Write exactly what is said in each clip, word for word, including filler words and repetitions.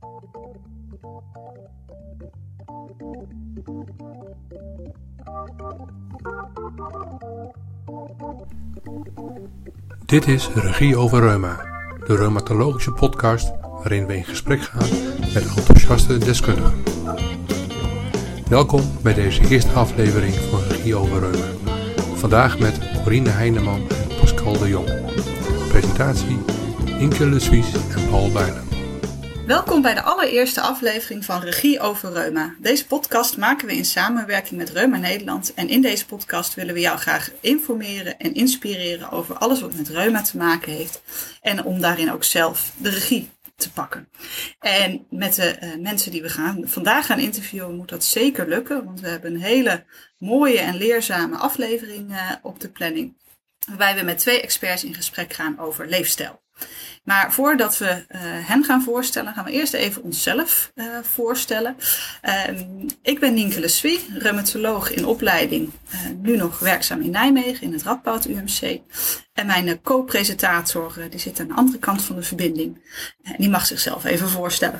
Dit is Regie over Reuma, de reumatologische podcast waarin we in gesprek gaan met enthousiaste deskundigen. Welkom bij deze eerste aflevering van Regie over Reuma. Vandaag met Corine Heineman en Pascal de Jong. Presentatie Inke Le Suisse en Paul Bijlen. Welkom bij de allereerste aflevering van Regie over Reuma. Deze podcast maken we in samenwerking met Reuma Nederland. En in deze podcast willen we jou graag informeren en inspireren over alles wat met reuma te maken heeft. En om daarin ook zelf de regie te pakken. En met de uh, mensen die we gaan, vandaag gaan interviewen moet dat zeker lukken. Want we hebben een hele mooie en leerzame aflevering uh, op de planning. Waarbij we met twee experts in gesprek gaan over leefstijl. Maar voordat we uh, hen gaan voorstellen, gaan we eerst even onszelf uh, voorstellen. Uh, ik ben Nienke Le Suisse, reumatoloog in opleiding, uh, nu nog werkzaam in Nijmegen in het Radboud U M C. En mijn uh, co-presentator uh, die zit aan de andere kant van de verbinding. En uh, die mag zichzelf even voorstellen.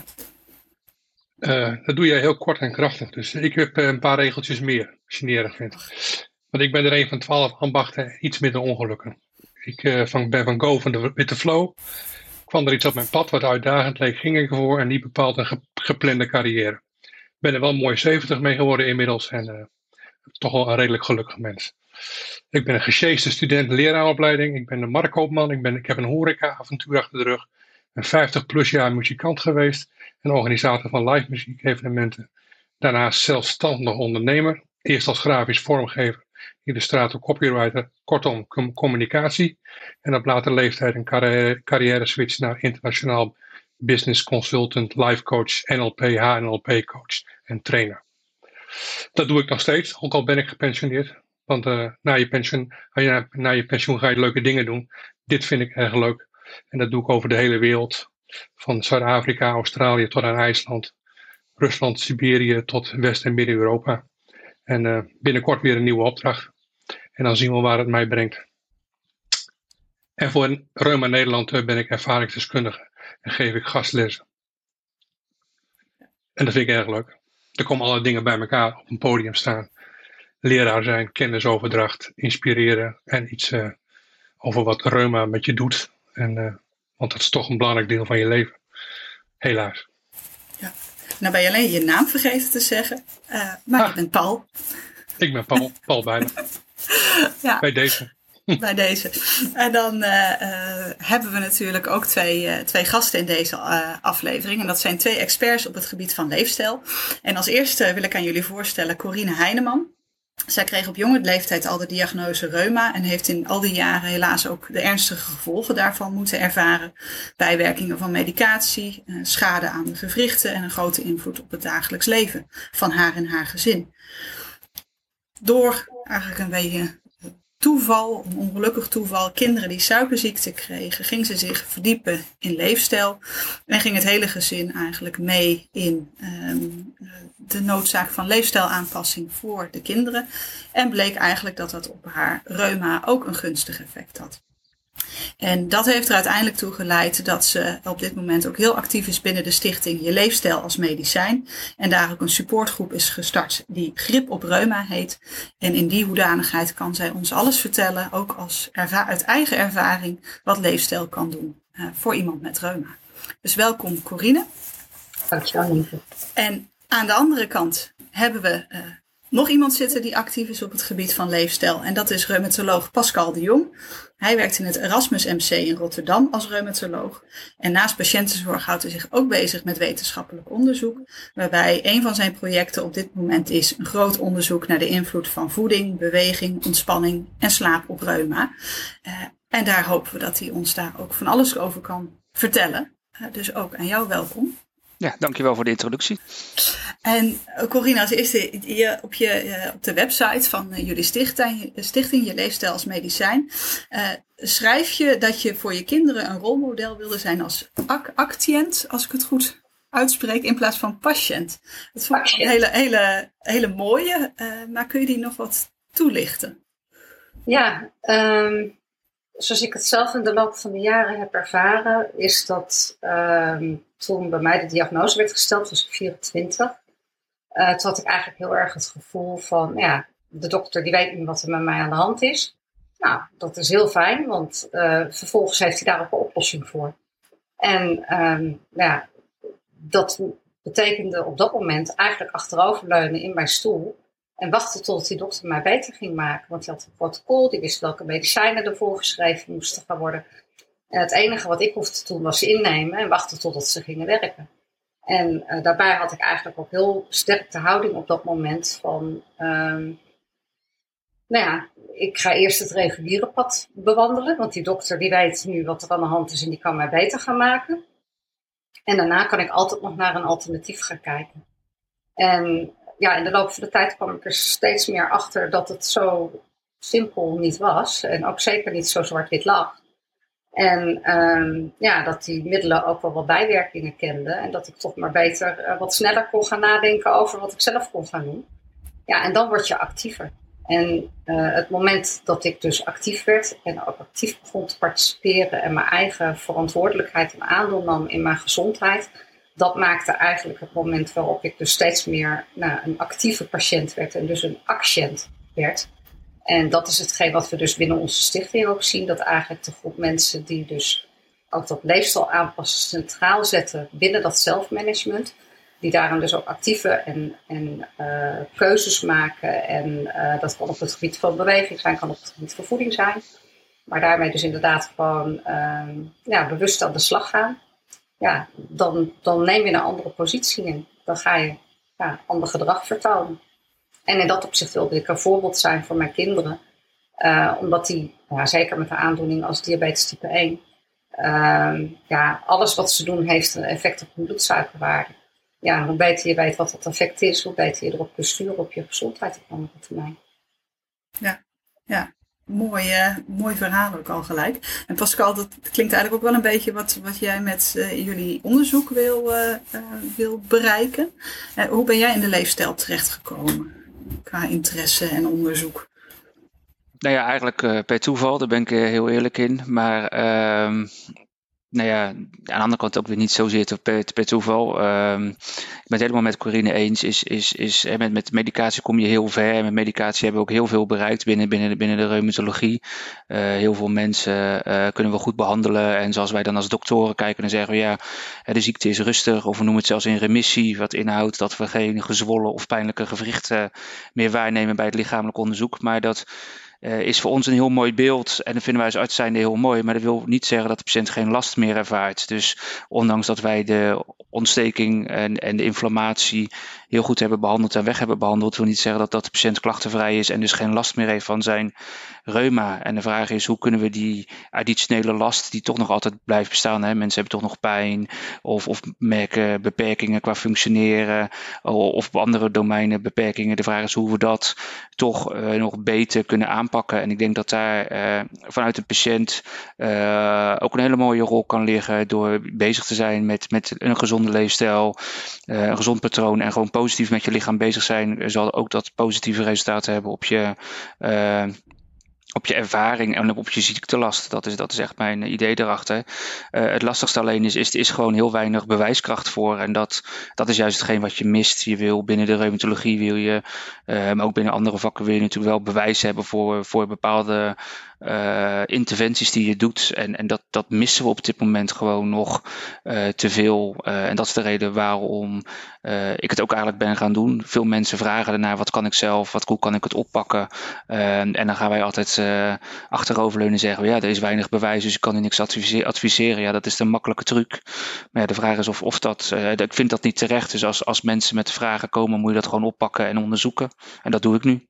Uh, dat doe jij heel kort en krachtig, dus ik heb uh, een paar regeltjes meer, als je niet erg vindt. Want ik ben er een van twaalf ambachten, iets minder ongelukken. Ik uh, van, ben van Go van de Witte Flow. Kwam er iets op mijn pad wat uitdagend leek, ging ik ervoor en niet bepaald een ge, geplande carrière. Ik ben er wel mooi zeventig mee geworden inmiddels en uh, toch wel een redelijk gelukkig mens. Ik ben een gesjeeste student leraaropleiding. Ik ben een marktkoopman. Ik, ben, ik heb een horeca-avontuur achter de rug. Ik ben vijftig plus jaar muzikant geweest en organisator van live muziek evenementen. Daarnaast zelfstandig ondernemer. Eerst als grafisch vormgever, illustrator, copywriter, kortom com- communicatie. En op later leeftijd een carrière, carrière switch naar internationaal business consultant, life coach, N L P, H N L P coach en trainer. Dat doe ik nog steeds, ook al ben ik gepensioneerd. Want uh, na, je pensioen, ja, na je pensioen ga je leuke dingen doen. Dit vind ik erg leuk. En dat doe ik over de hele wereld. Van Zuid-Afrika, Australië tot aan IJsland. Rusland, Siberië tot West- en Midden-Europa. En uh, binnenkort weer een nieuwe opdracht. En dan zien we waar het mij brengt. En voor Reuma Nederland uh, ben ik ervaringsdeskundige. En geef ik gastlessen. En dat vind ik erg leuk. Er komen alle dingen bij elkaar op een podium staan. Leraar zijn, kennisoverdracht, inspireren. En iets uh, over wat reuma met je doet. En, uh, want dat is toch een belangrijk deel van je leven. Helaas. Ja. Nou ben je alleen je naam vergeten te zeggen. Uh, maar ah, je bent Paul. Ik ben Paul, Paul Bijlen. Ja. Bij deze. Bij deze. En dan uh, uh, hebben we natuurlijk ook twee, uh, twee gasten in deze uh, aflevering. En dat zijn twee experts op het gebied van leefstijl. En als eerste wil ik aan jullie voorstellen Corine Heineman. Zij kreeg op jonge leeftijd al de diagnose reuma en heeft in al die jaren helaas ook de ernstige gevolgen daarvan moeten ervaren. Bijwerkingen van medicatie, schade aan de gewrichten en een grote invloed op het dagelijks leven van haar en haar gezin. Door eigenlijk een beetje toeval, een ongelukkig toeval, kinderen die suikerziekte kregen, ging ze zich verdiepen in leefstijl en ging het hele gezin eigenlijk mee in um, de noodzaak van leefstijlaanpassing voor de kinderen. En bleek eigenlijk dat dat op haar reuma ook een gunstig effect had. En dat heeft er uiteindelijk toe geleid dat ze op dit moment ook heel actief is binnen de stichting Je Leefstijl als Medicijn. En daar ook een supportgroep is gestart die Grip op Reuma heet. En in die hoedanigheid kan zij ons alles vertellen, ook als erva- uit eigen ervaring, wat leefstijl kan doen uh, voor iemand met reuma. Dus welkom Corine. Dankjewel Lieve. En aan de andere kant hebben we uh, nog iemand zitten die actief is op het gebied van leefstijl. En dat is reumatoloog Pascal de Jong. Hij werkt in het Erasmus M C in Rotterdam als reumatoloog. En naast patiëntenzorg houdt hij zich ook bezig met wetenschappelijk onderzoek. Waarbij een van zijn projecten op dit moment is een groot onderzoek naar de invloed van voeding, beweging, ontspanning en slaap op reuma. Uh, en daar hopen we dat hij ons daar ook van alles over kan vertellen. Uh, dus ook aan jou welkom. Ja, dankjewel voor de introductie. En Corine, als eerste je, op, je, op de website van jullie stichting, stichting Je Leefstijl als Medicijn, uh, schrijf je dat je voor je kinderen een rolmodel wilde zijn als ac- actiënt, als ik het goed uitspreek, in plaats van patiënt. Dat vond ik een hele, hele, hele mooie, uh, maar kun je die nog wat toelichten? Ja, um, zoals ik het zelf in de loop van de jaren heb ervaren, is dat um, toen bij mij de diagnose werd gesteld, was ik vierentwintig. Uh, toen had ik eigenlijk heel erg het gevoel van, ja, de dokter die weet niet wat er met mij aan de hand is. Nou, dat is heel fijn, want uh, vervolgens heeft hij daar ook een oplossing voor. En um, ja, dat betekende op dat moment eigenlijk achteroverleunen in mijn stoel en wachten tot die dokter mij beter ging maken. Want die had een protocol, die wist welke medicijnen ervoor geschreven moesten gaan worden. En het enige wat ik hoefde te doen was innemen en wachten totdat ze gingen werken. En uh, daarbij had ik eigenlijk ook heel sterk de houding op dat moment van, um, nou ja, ik ga eerst het reguliere pad bewandelen, want die dokter die weet nu wat er aan de hand is en die kan mij beter gaan maken. En daarna kan ik altijd nog naar een alternatief gaan kijken. En ja, in de loop van de tijd kwam ik er steeds meer achter dat het zo simpel niet was en ook zeker niet zo zwart-wit lag. En um, ja, dat die middelen ook wel wat bijwerkingen kenden. En dat ik toch maar beter uh, wat sneller kon gaan nadenken over wat ik zelf kon gaan doen. Ja, en dan word je actiever. En uh, het moment dat ik dus actief werd en ook actief begon te participeren en mijn eigen verantwoordelijkheid en aandeel nam in mijn gezondheid, dat maakte eigenlijk het moment waarop ik dus steeds meer nou, een actieve patiënt werd en dus een actiënt werd. En dat is hetgeen wat we dus binnen onze stichting ook zien, dat eigenlijk de groep mensen die dus ook dat leefstijl aanpassen centraal zetten binnen dat zelfmanagement, die daarin dus ook actieve en, en uh, keuzes maken. En uh, dat kan op het gebied van beweging zijn, kan op het gebied van voeding zijn. Maar daarmee dus inderdaad gewoon uh, ja, bewust aan de slag gaan. Ja, dan, dan neem je een andere positie in. Dan ga je ja, ander gedrag vertonen. En in dat opzicht wilde ik een voorbeeld zijn voor mijn kinderen. Uh, omdat die, ja, zeker met de aandoening als diabetes type één... Uh, ja, alles wat ze doen heeft een effect op hun bloedsuikerwaarde. Ja, hoe beter je weet wat dat effect is, hoe beter je erop kunt sturen op je gezondheid op lange termijn. Ja, ja. Mooi, uh, mooi verhaal ook al gelijk. En Pascal, dat klinkt eigenlijk ook wel een beetje wat, wat jij met uh, jullie onderzoek wil, uh, uh, wil bereiken. Uh, hoe ben jij in de leefstijl terechtgekomen qua interesse en onderzoek? Nou ja, eigenlijk uh, per toeval, daar ben ik uh, heel eerlijk in. Maar uh, nou ja, aan de andere kant ook weer niet zozeer per, per toeval. Uh, ik ben het helemaal met Corine eens. Is, is, is, met, met medicatie kom je heel ver. En met medicatie hebben we ook heel veel bereikt binnen, binnen, binnen de reumatologie. Uh, heel veel mensen uh, kunnen we goed behandelen. En zoals wij dan als doktoren kijken, dan zeggen we ja, de ziekte is rustig. Of we noemen het zelfs in remissie. Wat inhoudt dat we geen gezwollen of pijnlijke gewrichten meer waarnemen bij het lichamelijk onderzoek. Maar dat Uh, is voor ons een heel mooi beeld en dat vinden wij als arts zijnde heel mooi, maar dat wil niet zeggen dat de patiënt geen last meer ervaart. Dus ondanks dat wij de ontsteking en, en de inflammatie heel goed hebben behandeld en weg hebben behandeld, wil niet zeggen dat, dat de patiënt klachtenvrij is en dus geen last meer heeft van zijn reuma. En de vraag is, hoe kunnen we die additionele last die toch nog altijd blijft bestaan, hè? Mensen hebben toch nog pijn of, of merken beperkingen qua functioneren of op andere domeinen beperkingen. De vraag is hoe we dat toch uh, nog beter kunnen aanpakken. En ik denk dat daar uh, vanuit de patiënt uh, ook een hele mooie rol kan liggen door bezig te zijn met, met een gezonde leefstijl, uh, een gezond patroon en gewoon positief met je lichaam bezig zijn. Zal ook dat positieve resultaten hebben op je uh, op je ervaring en op je ziektelast. Dat is, dat is echt mijn idee erachter. Uh, het lastigste alleen is, is, er is gewoon heel weinig bewijskracht voor. En dat, dat is juist hetgeen wat je mist. Je wil binnen de reumatologie, wil je, uh, maar ook binnen andere vakken wil je natuurlijk wel bewijs hebben voor, voor bepaalde uh, interventies die je doet. En, en dat, dat missen we op dit moment gewoon nog uh, te veel. Uh, en dat is de reden waarom uh, ik het ook eigenlijk ben gaan doen. Veel mensen vragen ernaar, wat kan ik zelf, wat, hoe kan ik het oppakken? Uh, en dan gaan wij altijd uh, achteroverleunen en zeggen, ja, er is weinig bewijs, dus ik kan u niks adviseren. Ja, dat is een makkelijke truc. Maar ja, de vraag is of, of dat, uh, ik vind dat niet terecht. Dus als, als mensen met vragen komen, moet je dat gewoon oppakken en onderzoeken. En dat doe ik nu.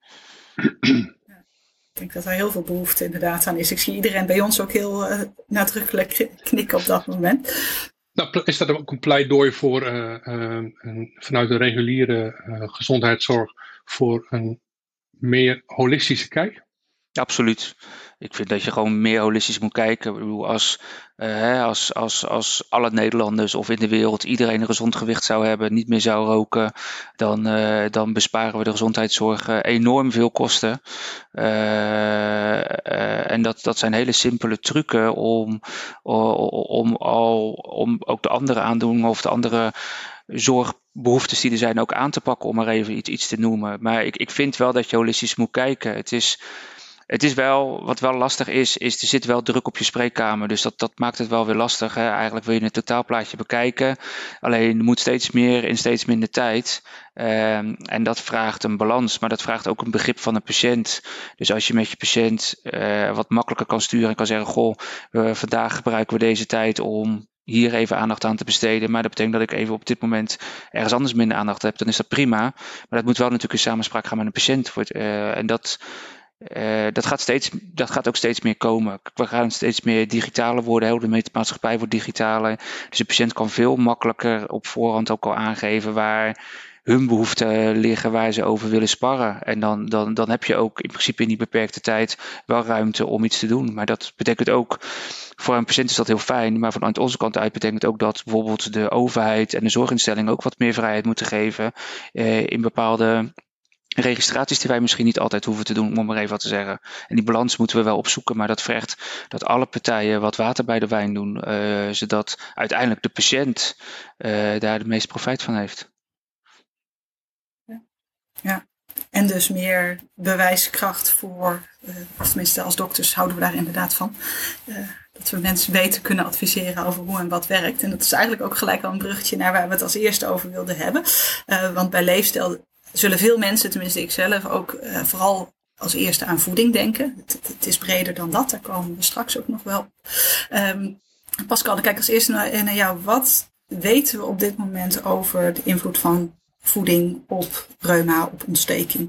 Ik denk dat er heel veel behoefte inderdaad aan is. Ik zie iedereen bij ons ook heel uh, nadrukkelijk knikken op dat moment. Nou, is dat ook een pleidooi voor uh, uh, een, vanuit de reguliere uh, gezondheidszorg voor een meer holistische kijk? Ja, absoluut. Ik vind dat je gewoon meer holistisch moet kijken. Ik bedoel, als, uh, als, als, als alle Nederlanders of in de wereld iedereen een gezond gewicht zou hebben, niet meer zou roken, dan, uh, dan besparen we de gezondheidszorg uh, enorm veel kosten. Uh, uh, en dat, dat zijn hele simpele trucken om, om, al, om ook de andere aandoeningen of de andere zorgbehoeftes die er zijn ook aan te pakken, om maar even iets, iets te noemen. Maar ik, ik vind wel dat je holistisch moet kijken. Het is, het is wel, wat wel lastig is, is er zit wel druk op je spreekkamer. Dus dat, dat maakt het wel weer lastig. Hè? Eigenlijk wil je een totaalplaatje bekijken. Alleen er moet steeds meer in steeds minder tijd. Um, en dat vraagt een balans, maar dat vraagt ook een begrip van een patiënt. Dus als je met je patiënt uh, wat makkelijker kan sturen en kan zeggen, goh, uh, vandaag gebruiken we deze tijd om hier even aandacht aan te besteden, maar dat betekent dat ik even op dit moment ergens anders minder aandacht heb, dan is dat prima. Maar dat moet wel natuurlijk in samenspraak gaan met een patiënt. Uh, en dat, uh, dat, gaat steeds, dat gaat ook steeds meer komen. We gaan steeds meer digitaler worden, de maatschappij wordt digitaler. Dus de patiënt kan veel makkelijker op voorhand ook al aangeven waar hun behoeften liggen, waar ze over willen sparren. En dan, dan, dan heb je ook in principe in die beperkte tijd wel ruimte om iets te doen. Maar dat betekent ook, voor een patiënt is dat heel fijn, maar vanuit onze kant uit betekent ook dat bijvoorbeeld de overheid en de zorginstellingen ook wat meer vrijheid moeten geven eh, in bepaalde registraties die wij misschien niet altijd hoeven te doen, om maar even wat te zeggen. En die balans moeten we wel opzoeken, maar dat vergt dat alle partijen wat water bij de wijn doen, uh, zodat uiteindelijk de patiënt uh, daar de meeste profijt van heeft. Ja, en dus meer bewijskracht voor, uh, of tenminste als dokters houden we daar inderdaad van, uh, dat we mensen beter kunnen adviseren over hoe en wat werkt. En dat is eigenlijk ook gelijk al een bruggetje naar waar we het als eerste over wilden hebben. Uh, want bij leefstijl zullen veel mensen, tenminste ik zelf, ook uh, vooral als eerste aan voeding denken. Het, het is breder dan dat, daar komen we straks ook nog wel. Um, Pascal, dan kijk ik als eerste naar, naar jou. Wat weten we op dit moment over de invloed van voeding op reuma, op ontsteking?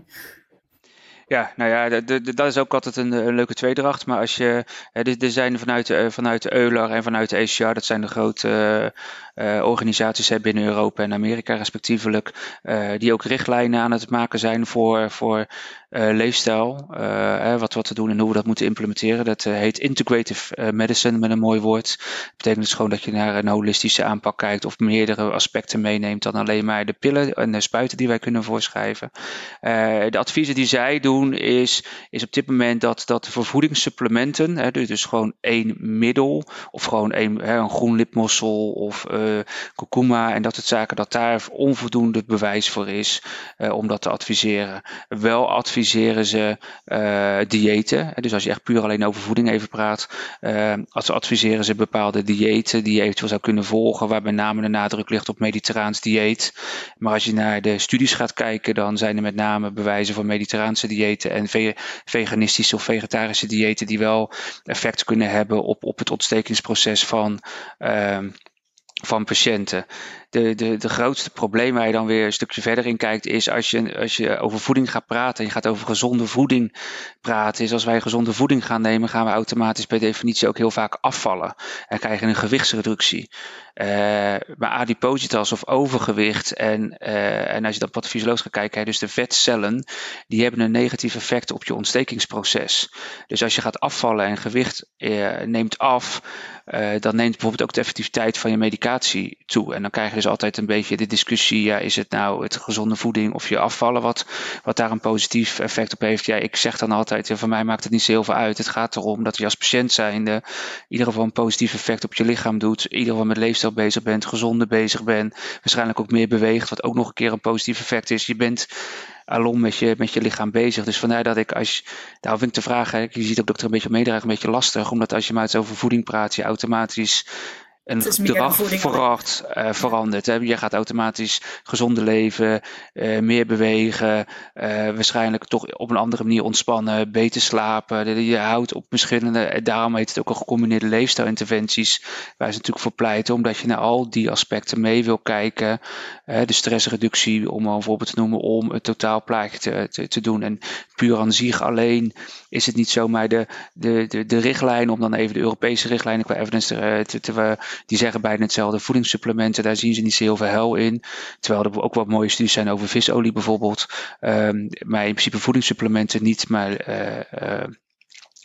Ja, nou ja, de, de, dat is ook altijd een, een leuke tweedracht. Maar als je, er, er zijn vanuit, uh, vanuit de Euler en vanuit de A C R, dat zijn de grote uh, uh, organisaties hè, binnen Europa en Amerika respectievelijk, uh, die ook richtlijnen aan het maken zijn voor, voor uh, leefstijl. Uh, uh, wat, wat te doen en hoe we dat moeten implementeren. Dat uh, heet integrative uh, medicine met een mooi woord. Dat betekent dus gewoon dat je naar een holistische aanpak kijkt of meerdere aspecten meeneemt dan alleen maar de pillen en de spuiten die wij kunnen voorschrijven. Uh, de adviezen die zij doen Is, is op dit moment dat, dat voor voedingssupplementen, hè, dus gewoon één middel of gewoon één, hè, een groen lipmossel of uh, kurkuma en dat soort zaken, dat daar onvoldoende bewijs voor is uh, om dat te adviseren. Wel adviseren ze uh, diëten, dus als je echt puur alleen over voeding even praat, uh, als adviseren ze bepaalde diëten die je eventueel zou kunnen volgen, waar met name de nadruk ligt op mediterraans dieet. Maar als je naar de studies gaat kijken, dan zijn er met name bewijzen voor mediterraanse diëten en veganistische of vegetarische diëten die wel effect kunnen hebben op, op het ontstekingsproces van, uh, van patiënten. De, de, de grootste probleem waar je dan weer een stukje verder in kijkt is als je, als je over voeding gaat praten en je gaat over gezonde voeding praten, is als wij gezonde voeding gaan nemen, gaan we automatisch per definitie ook heel vaak afvallen en krijgen een gewichtsreductie. Uh, maar adipositas of overgewicht en, uh, en als je dan wat fysiologisch gaat kijken, hè, dus de vetcellen, die hebben een negatief effect op je ontstekingsproces. Dus als je gaat afvallen en gewicht uh, neemt af, uh, dan neemt bijvoorbeeld ook de effectiviteit van je medicatie toe. En dan krijg je dus altijd een beetje de discussie, ja, is het nou het gezonde voeding of je afvallen wat, wat daar een positief effect op heeft? Ja, ik zeg dan altijd, ja, voor mij maakt het niet zo heel veel uit. Het gaat erom dat je als patiënt zijnde in ieder geval een positief effect op je lichaam doet, in ieder geval met leefstijl bezig bent, gezonder bezig bent, waarschijnlijk ook meer beweegt, wat ook nog een keer een positief effect is. Je bent alom met je, met je lichaam bezig. Dus vandaar dat ik, als je, daarom vind ik de vraag, hè, je ziet ook dat er een beetje meedragen, een beetje lastig, omdat als je maar eens over voeding praat, je automatisch een gedrag verandert. Uh, verandert hè. Je gaat automatisch gezonder leven, uh, meer bewegen, uh, waarschijnlijk toch op een andere manier ontspannen, beter slapen. Je houdt op verschillende, en daarom heet het ook al gecombineerde leefstijlinterventies, waar ze natuurlijk voor pleiten, omdat je naar al die aspecten mee wil kijken. Uh, de stressreductie, om een voorbeeld te noemen, om het totaalplaatje te, te, te doen. En puur aan zich alleen is het niet zomaar de, de, de, de richtlijn, om dan even de Europese richtlijnen qua evidence te, te, te die zeggen bijna hetzelfde. Voedingssupplementen, daar zien ze niet zo heel veel hel in. Terwijl er ook wat mooie studies zijn over visolie bijvoorbeeld. Um, maar in principe voedingssupplementen niet. Maar uh, uh,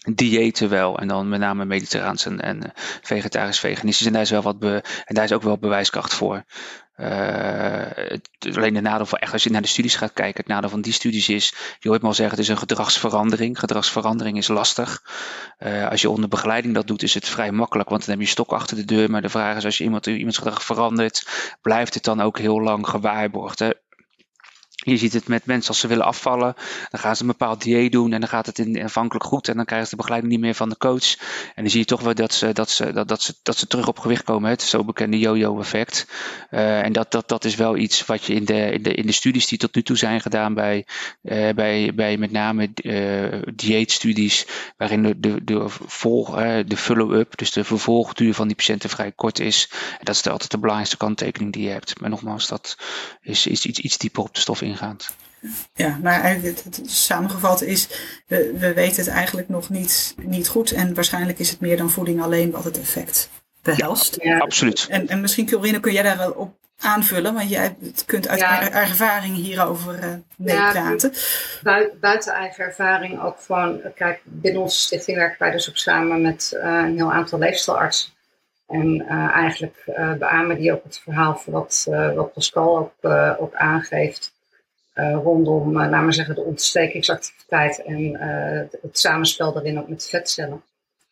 diëten wel. En dan met name mediterraans en, en uh, vegetarisch, veganistisch. En daar is wel wat be, en daar is ook wel bewijskracht voor. Uh, het, alleen de nadeel van echt, als je naar de studies gaat kijken, het nadeel van die studies is, je hoort me al zeggen, het is een gedragsverandering. Gedragsverandering is lastig. Uh, als je onder begeleiding dat doet, is het vrij makkelijk, want dan heb je je stok achter de deur. Maar de vraag is, als je iemand, iemands gedrag verandert, blijft het dan ook heel lang gewaarborgd, hè? Je ziet het met mensen als ze willen afvallen, dan gaan ze een bepaald dieet doen en dan gaat het in, aanvankelijk goed en dan krijgen ze de begeleiding niet meer van de coach. En dan zie je toch wel dat ze, dat ze, dat, dat ze, dat ze terug op gewicht komen, het zo bekende yo-yo effect. Uh, en dat, dat, dat is wel iets wat je in de, in de, in de studies die tot nu toe zijn gedaan bij, uh, bij, bij met name uh, dieetstudies, waarin de, de, de, volg, uh, de follow-up, dus de vervolgduur van die patiënten vrij kort is. En dat is de, altijd de belangrijkste kanttekening die je hebt. Maar nogmaals, dat is, is iets, iets dieper op de stof in. Gaat. Ja, maar eigenlijk het, het samengevat is, we, we weten het eigenlijk nog niet, niet goed en waarschijnlijk is het meer dan voeding alleen wat het effect behelst. Ja, absoluut. En, en misschien, Corine, kun jij daarop aanvullen, want jij kunt uit ja. eigen ervaring hierover uh, meepraten. Ja, buiten eigen ervaring ook gewoon, kijk, binnen onze stichting werken wij dus ook samen met uh, een heel aantal leefstelartsen. En uh, eigenlijk uh, beamen die ook het verhaal van wat, uh, wat Pascal ook, uh, ook aangeeft. Uh, rondom, uh, laten we zeggen, de ontstekingsactiviteit en uh, het samenspel daarin ook met de vetcellen.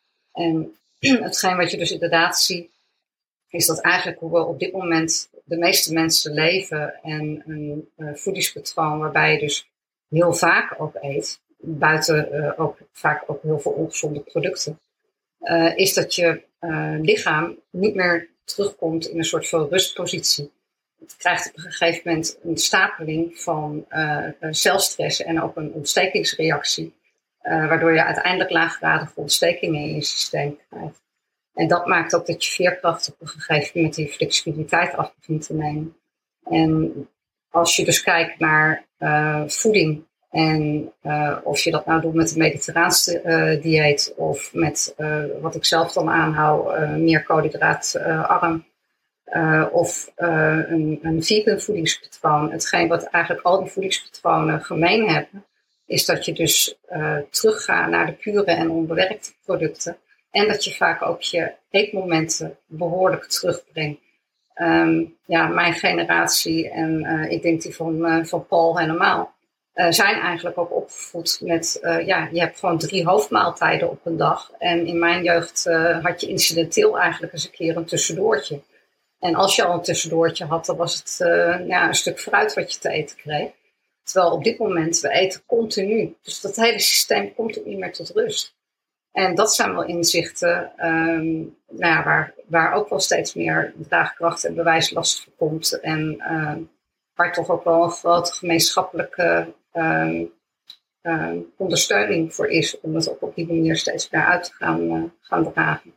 En hetgeen wat je dus inderdaad ziet, is dat eigenlijk hoe we op dit moment de meeste mensen leven en een uh, voedingspatroon waarbij je dus heel vaak ook eet, buiten uh, ook vaak ook heel veel ongezonde producten, uh, is dat je uh, lichaam niet meer terugkomt in een soort van rustpositie. Het krijgt op een gegeven moment een stapeling van uh, celstress en ook een ontstekingsreactie. Uh, waardoor je uiteindelijk laaggradige ontstekingen in je systeem krijgt. En dat maakt ook dat je veerkracht op een gegeven moment die flexibiliteit af begint te nemen. En als je dus kijkt naar uh, voeding en uh, of je dat nou doet met een mediterraanse uh, dieet of met uh, wat ik zelf dan aanhoud, uh, meer koolhydraatarm. Uh, of uh, een, een vegan voedingspatroon. Hetgeen wat eigenlijk al die voedingspatronen gemeen hebben, is dat je dus uh, teruggaat naar de pure en onbewerkte producten. En dat je vaak ook je eetmomenten behoorlijk terugbrengt. Um, ja, mijn generatie en uh, ik denk die van, uh, van Paul helemaal, uh, zijn eigenlijk ook opgevoed met, uh, ja, je hebt gewoon drie hoofdmaaltijden op een dag. En in mijn jeugd uh, had je incidenteel eigenlijk eens een keer een tussendoortje. En als je al een tussendoortje had, dan was het uh, ja, een stuk fruit wat je te eten kreeg. Terwijl op dit moment, we eten continu. Dus dat hele systeem komt ook niet meer tot rust. En dat zijn wel inzichten um, nou ja, waar, waar ook wel steeds meer draagkracht en bewijslast voor komt. En uh, waar toch ook wel een grote gemeenschappelijke um, um, ondersteuning voor is. Om het ook op die manier steeds meer uit te gaan, uh, gaan dragen.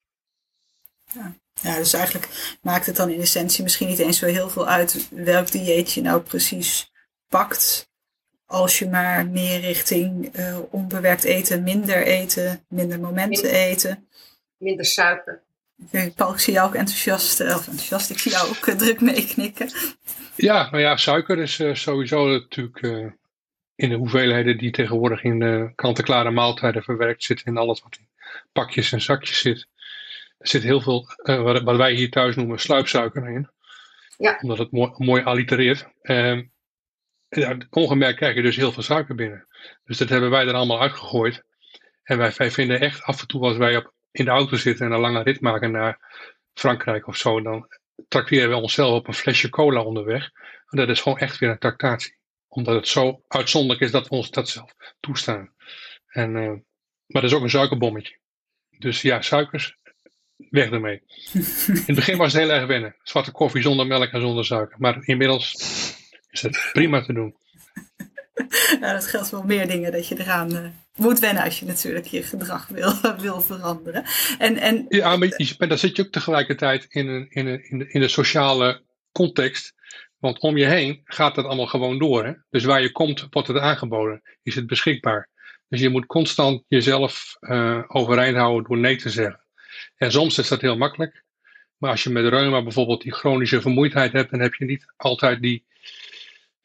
Ja. Ja, dus eigenlijk maakt het dan in essentie misschien niet eens zo heel veel uit welk dieet je nou precies pakt. Als je maar meer richting uh, onbewerkt eten, minder eten, minder momenten minder, eten. Minder suiker. Paul, ik zie jou ook enthousiast, of enthousiast, ik zie jou ook uh, druk meeknikken. Ja, maar ja, suiker is uh, sowieso natuurlijk uh, in de hoeveelheden die tegenwoordig in uh, kant-en-klare maaltijden verwerkt zitten en alles wat in pakjes en zakjes zit. Er zit heel veel, uh, wat, wat wij hier thuis noemen, sluipsuiker in. Ja. Omdat het mooi, mooi allitereert. Uh, ja, ongemerkt krijg je dus heel veel suiker binnen. Dus dat hebben wij er allemaal uitgegooid. En wij, wij vinden echt af en toe als wij op, in de auto zitten en een lange rit maken naar Frankrijk of zo, dan trakteren we onszelf op een flesje cola onderweg. En dat is gewoon echt weer een tractatie. Omdat het zo uitzonderlijk is dat we ons dat zelf toestaan. En, uh, maar dat is ook een suikerbommetje. Dus ja, suikers. Weg ermee. In het begin was het heel erg wennen. Zwarte koffie zonder melk en zonder suiker. Maar inmiddels is het prima te doen. Ja, dat geldt voor meer dingen dat je eraan uh, moet wennen als je natuurlijk je gedrag wil, wil veranderen. En, en, ja, maar je, dan zit je ook tegelijkertijd in, een, in, een, in, de, in de sociale context. Want om je heen gaat dat allemaal gewoon door. Hè? Dus waar je komt, wordt het aangeboden. Is het beschikbaar. Dus je moet constant jezelf uh, overeind houden door nee te zeggen. En soms is dat heel makkelijk. Maar als je met reuma bijvoorbeeld die chronische vermoeidheid hebt, dan heb je niet altijd die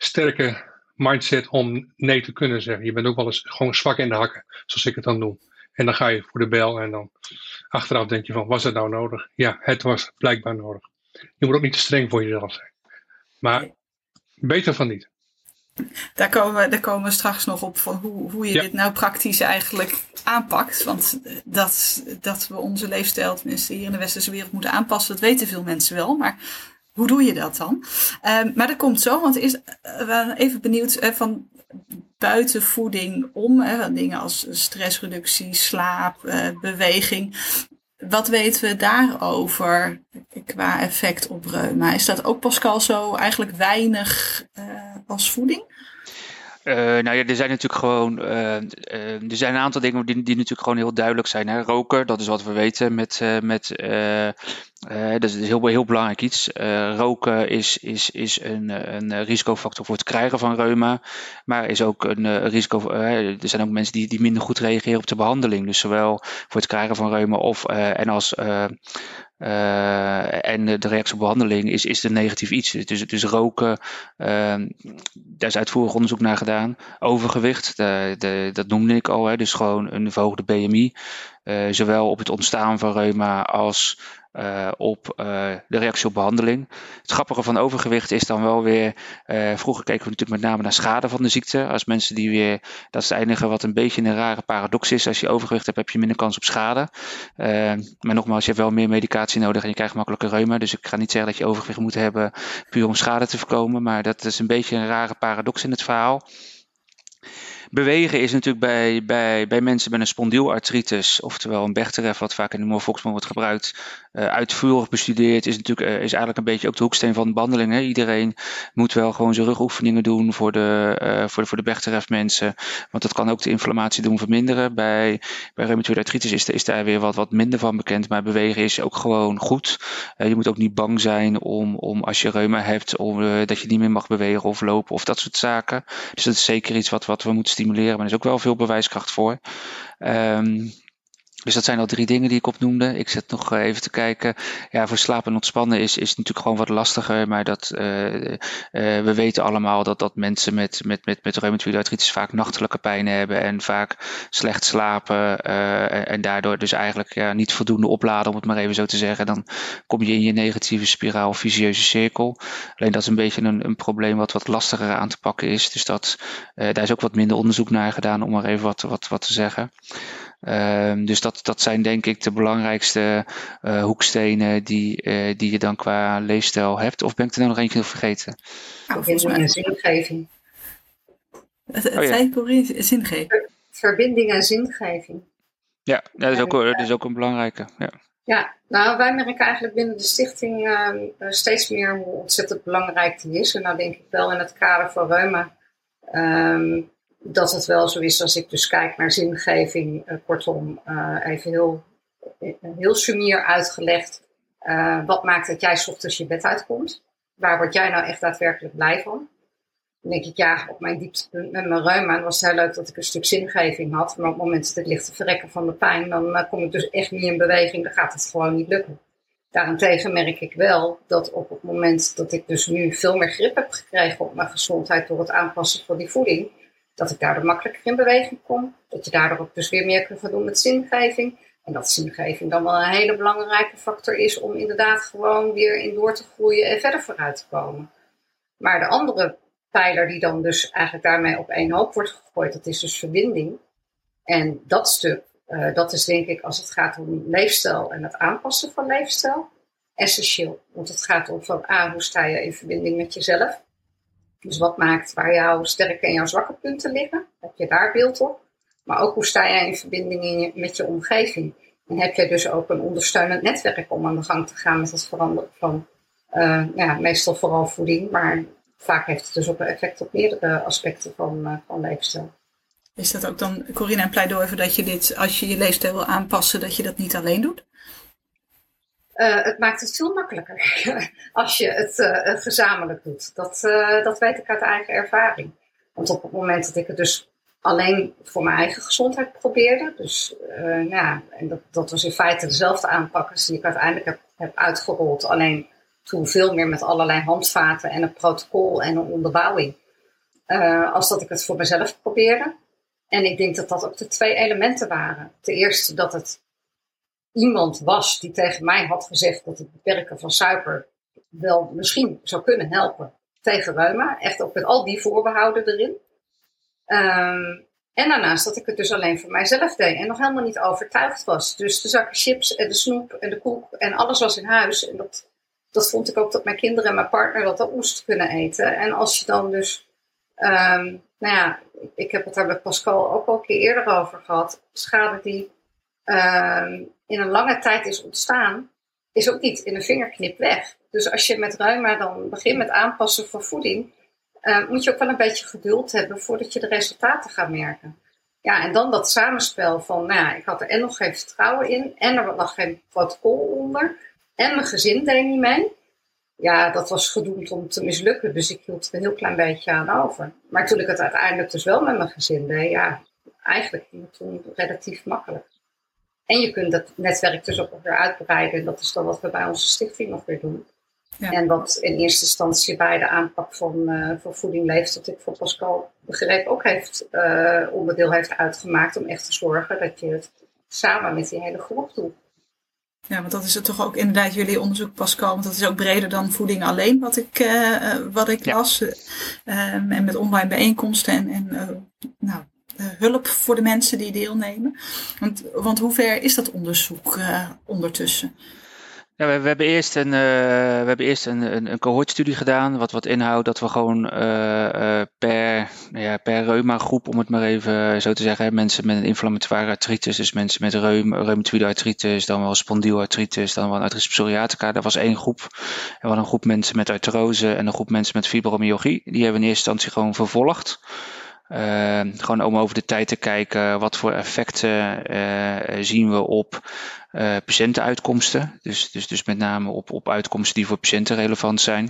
sterke mindset om nee te kunnen zeggen. Je bent ook wel eens gewoon zwak in de hakken, zoals ik het dan noem. En dan ga je voor de bel en dan achteraf denk je van, was het nou nodig? Ja, het was blijkbaar nodig. Je moet ook niet te streng voor jezelf zijn. Maar beter van niet. Daar komen, we, daar komen we straks nog op van hoe, hoe je ja. dit nou praktisch eigenlijk aanpakt. Want dat, dat we onze leefstijl, tenminste hier in de westerse wereld, moeten aanpassen, dat weten veel mensen wel. Maar hoe doe je dat dan? Um, maar dat komt zo, want is, we waren even benieuwd uh, van buiten voeding om. Hè, dingen als stressreductie, slaap, uh, beweging. Wat weten we daarover qua effect op reuma? Is dat ook, Pascal, zo eigenlijk weinig uh, als voeding? Uh, nou ja, er zijn natuurlijk gewoon uh, uh, er zijn een aantal dingen die, die natuurlijk gewoon heel duidelijk zijn. Hè? Roken, dat is wat we weten met, uh, met uh, uh, dat is heel, heel belangrijk iets. Uh, roken is, is, is een, een risicofactor voor het krijgen van reuma, maar is ook een uh, risico. Uh, er zijn ook mensen die, die minder goed reageren op de behandeling, dus zowel voor het krijgen van reuma of uh, en als uh, Uh, en de reactie op behandeling is, is een negatief iets. Dus, dus roken, uh, daar is uitvoerig onderzoek naar gedaan. Overgewicht, de, de, dat noemde ik al, hè, dus gewoon een verhoogde B M I. Uh, zowel op het ontstaan van reuma als uh, op uh, de reactie op behandeling. Het grappige van overgewicht is dan wel weer, uh, vroeger keken we natuurlijk met name naar schade van de ziekte. Als mensen die weer, dat is het enige wat een beetje een rare paradox is. Als je overgewicht hebt, heb je minder kans op schade. Uh, maar nogmaals, je hebt wel meer medicatie nodig en je krijgt makkelijker reuma. Dus ik ga niet zeggen dat je overgewicht moet hebben puur om schade te voorkomen. Maar dat is een beetje een rare paradox in het verhaal. Bewegen is natuurlijk bij, bij, bij mensen met een spondielartritis, oftewel een Bechterew, wat vaak in de volksmond wordt gebruikt, uh, uitvoerig bestudeerd, is natuurlijk uh, is eigenlijk een beetje ook de hoeksteen van de behandeling. Hè? Iedereen moet wel gewoon zijn rugoefeningen doen voor de, uh, voor de, voor de Bechterew mensen, want dat kan ook de inflammatie doen verminderen. Bij, bij reumatoïde artritis is, is daar weer wat, wat minder van bekend, maar bewegen is ook gewoon goed. Uh, je moet ook niet bang zijn om, om als je reuma hebt, om, uh, dat je niet meer mag bewegen of lopen of dat soort zaken. Dus dat is zeker iets wat, wat we moeten stimuleren, maar er is ook wel veel bewijskracht voor. Um, dus dat zijn al drie dingen die ik opnoemde. Ik zit nog even te kijken. Ja, voor slapen en ontspannen is, is natuurlijk gewoon wat lastiger. Maar dat, uh, uh, we weten allemaal dat, dat mensen met, met, met, met reumatoïde artritis vaak nachtelijke pijn hebben. En vaak slecht slapen. Uh, en, en daardoor dus eigenlijk ja, niet voldoende opladen, om het maar even zo te zeggen. Dan kom je in je negatieve spiraal of vicieuze cirkel. Alleen dat is een beetje een, een probleem wat wat lastiger aan te pakken is. Dus dat, uh, daar is ook wat minder onderzoek naar gedaan, om maar even wat, wat, wat te zeggen. Um, dus dat, dat zijn denk ik de belangrijkste uh, hoekstenen die, uh, die je dan qua leefstijl hebt. Of ben ik er nou nog eentje vergeten? Verbinding en zingeving. Het oh, ja. Corine, zingeving. Verbinding en zingeving. Ja, dat is ook, dat is ook een belangrijke. Ja. Ja, nou wij merken eigenlijk binnen de stichting uh, steeds meer hoe ontzettend belangrijk die is. En nou denk ik wel in het kader van reuma Um, dat het wel zo is als ik dus kijk naar zingeving, uh, kortom, uh, even heel, heel sumier uitgelegd. Uh, wat maakt dat jij 's ochtends je bed uitkomt? Waar word jij nou echt daadwerkelijk blij van? Dan denk ik, ja, op mijn dieptepunt met mijn reuma was het heel leuk dat ik een stuk zingeving had. Maar op het moment dat ik lig te verrekken van de pijn, dan uh, kom ik dus echt niet in beweging. Dan gaat het gewoon niet lukken. Daarentegen merk ik wel dat op het moment dat ik dus nu veel meer grip heb gekregen op mijn gezondheid door het aanpassen van die voeding, dat ik daardoor makkelijker in beweging kom. Dat je daardoor ook dus weer meer kunt gaan doen met zingeving. En dat zingeving dan wel een hele belangrijke factor is om inderdaad gewoon weer in door te groeien en verder vooruit te komen. Maar de andere pijler die dan dus eigenlijk daarmee op één hoop wordt gegooid, dat is dus verbinding. En dat stuk, uh, dat is denk ik als het gaat om leefstijl en het aanpassen van leefstijl, essentieel. Want het gaat om van A, hoe sta je in verbinding met jezelf? Dus wat maakt waar jouw sterke en jouw zwakke punten liggen? Heb je daar beeld op? Maar ook hoe sta jij in verbinding in je, met je omgeving? En heb je dus ook een ondersteunend netwerk om aan de gang te gaan met het veranderen van, uh, ja, meestal vooral voeding. Maar vaak heeft het dus ook een effect op meerdere aspecten van, uh, van leefstijl. Is dat ook dan, Corine, een pleidooi voor dat je dit, als je je leefstijl wil aanpassen, dat je dat niet alleen doet? Uh, het maakt het veel makkelijker als je het uh, gezamenlijk doet. Dat, uh, dat weet ik uit eigen ervaring. Want op het moment dat ik het dus alleen voor mijn eigen gezondheid probeerde, dus uh, ja, en dat, dat was in feite dezelfde aanpak als die ik uiteindelijk heb, heb uitgerold. Alleen toen veel meer met allerlei handvaten en een protocol en een onderbouwing. Uh, als dat ik het voor mezelf probeerde. En ik denk dat dat ook de twee elementen waren. Ten eerste dat het iemand was die tegen mij had gezegd dat het beperken van suiker wel misschien zou kunnen helpen tegen reuma. Echt ook met al die voorbehouden erin. Um, en daarnaast dat ik het dus alleen voor mijzelf deed en nog helemaal niet overtuigd was. Dus de zakken chips en de snoep en de koek en alles was in huis. En dat, dat vond ik ook dat mijn kinderen en mijn partner dat ook moesten kunnen eten. En als je dan dus, um, nou ja, ik heb het daar met Pascal ook al een keer eerder over gehad. Schade die um, in een lange tijd is ontstaan, is ook niet in een vingerknip weg. Dus als je met reuma dan begint met aanpassen van voeding, Uh, moet je ook wel een beetje geduld hebben voordat je de resultaten gaat merken. Ja, en dan dat samenspel van, nou ja, ik had er en nog geen vertrouwen in, en er lag geen protocol onder, en mijn gezin deed niet mee. Ja, dat was gedoemd om te mislukken, dus ik hield er een heel klein beetje aan over. Maar toen ik het uiteindelijk dus wel met mijn gezin deed, ja, eigenlijk ging het toen relatief makkelijk. En je kunt dat netwerk dus ook nog weer uitbreiden, en dat is dan wat we bij onze stichting nog weer doen. Ja. En wat in eerste instantie bij de aanpak van, uh, van voeding leeft, dat ik voor Pascal begreep ook heeft, uh, onderdeel heeft uitgemaakt om echt te zorgen dat je het samen met die hele groep doet. Ja, want dat is het toch ook inderdaad jullie onderzoek, Pascal, want dat is ook breder dan voeding alleen wat ik, uh, wat ik ja. las. Uh, en met online bijeenkomsten en, en uh, nou, uh, hulp voor de mensen die deelnemen. Want, want hoe ver is dat onderzoek uh, ondertussen? Ja, we, we hebben eerst een, uh, we hebben eerst een, een, een cohortstudie gedaan, wat, wat inhoudt dat we gewoon uh, uh, per, nou ja, per reuma-groep, om het maar even zo te zeggen, hè, mensen met een inflammatoire artritis, dus mensen met reum, reumatoïde artritis, dan wel spondielartritis, dan wel artritis psoriatica, dat was één groep. En we hadden een groep mensen met artrose en een groep mensen met fibromyalgie. Die hebben we in eerste instantie gewoon vervolgd. Uh, gewoon om over de tijd te kijken wat voor effecten uh, zien we op uh, patiëntenuitkomsten. Dus, dus, dus met name op, op uitkomsten die voor patiënten relevant zijn.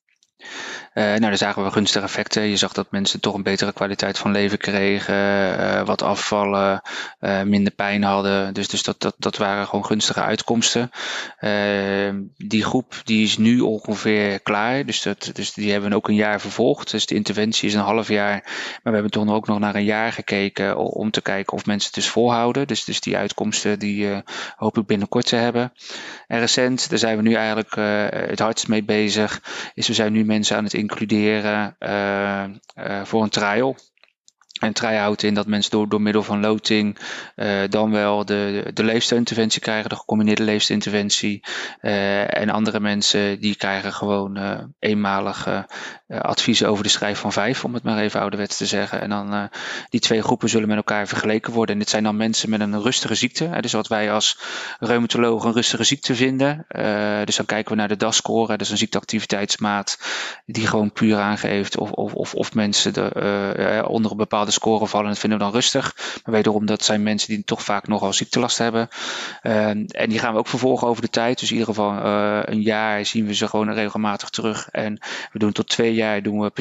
Uh, nou, daar zagen we gunstige effecten. Je zag dat mensen toch een betere kwaliteit van leven kregen, uh, wat afvallen, uh, minder pijn hadden. Dus, dus dat, dat, dat waren gewoon gunstige uitkomsten. Uh, die groep die is nu ongeveer klaar. Dus, dat, dus die hebben we ook een jaar vervolgd. Dus de interventie is een half jaar. Maar we hebben toen ook nog naar een jaar gekeken om te kijken of mensen het dus volhouden. Dus, dus die uitkomsten die uh, hoop ik binnenkort te hebben. En recent, daar zijn we nu eigenlijk uh, het hardst mee bezig, is we zijn nu mensen aan het includeren uh, uh, voor een trial. En trial houdt in dat mensen door, door middel van loting uh, dan wel de, de, de leefstijlinterventie krijgen, de gecombineerde leefstijlinterventie. Uh, en andere mensen die krijgen gewoon uh, eenmalige uh, adviezen over de schijf van vijf, om het maar even ouderwets te zeggen. En dan uh, die twee groepen zullen met elkaar vergeleken worden. En dit zijn dan mensen met een rustige ziekte. Hè, dus wat wij als reumatologen een rustige ziekte vinden. Uh, dus dan kijken we naar de D A S-score. Dat is een ziekteactiviteitsmaat die gewoon puur aangeeft of, of, of, of mensen de, uh, onder een bepaalde de scoren vallen, dat vinden we dan rustig. Maar wederom, dat zijn mensen die toch vaak nogal ziektelast hebben. Uh, en die gaan we ook vervolgen over de tijd. Dus in ieder geval uh, een jaar zien we ze gewoon regelmatig terug. En we doen tot twee jaar doen we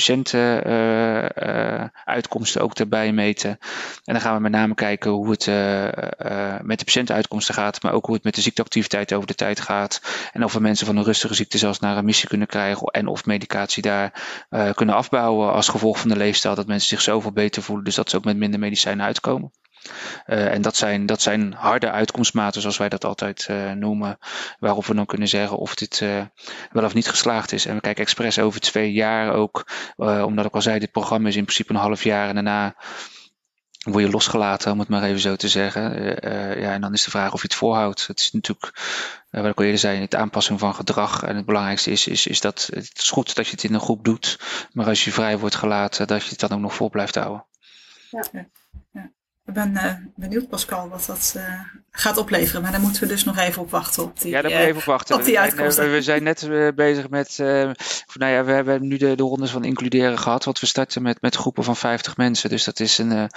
patiëntenuitkomsten uh, uh, ook erbij meten. En dan gaan we met name kijken hoe het uh, uh, met de patiëntenuitkomsten gaat, maar ook hoe het met de ziekteactiviteit over de tijd gaat. En of we mensen van een rustige ziekte zelfs naar remissie kunnen krijgen en of medicatie daar uh, kunnen afbouwen als gevolg van de leefstijl, dat mensen zich zoveel beter voelen. Dus dat ze ook met minder medicijnen uitkomen. Uh, en dat zijn, dat zijn harde uitkomstmaten, zoals wij dat altijd uh, noemen, waarop we dan kunnen zeggen of dit uh, wel of niet geslaagd is. En we kijken expres over twee jaar ook, uh, omdat ik al zei, dit programma is in principe een half jaar en daarna word je losgelaten, om het maar even zo te zeggen. Uh, uh, ja, en dan is de vraag of je het volhoudt. Het is natuurlijk, uh, wat ik al eerder zei, het aanpassing van gedrag. En het belangrijkste is, is, is dat het is goed dat je het in een groep doet, maar als je vrij wordt gelaten, dat je het dan ook nog vol blijft houden. Ja, ja, ja. Ik ben uh, benieuwd, Pascal, wat dat uh, gaat opleveren. Maar daar moeten we dus nog even op wachten. Op die, ja, daar moeten we even op wachten. Op die uitkomsten. We, we zijn net uh, bezig met, uh, nou ja, we hebben nu de, de rondes van includeren gehad. Want we starten met, met groepen van vijftig mensen. Dus dat is een... Uh,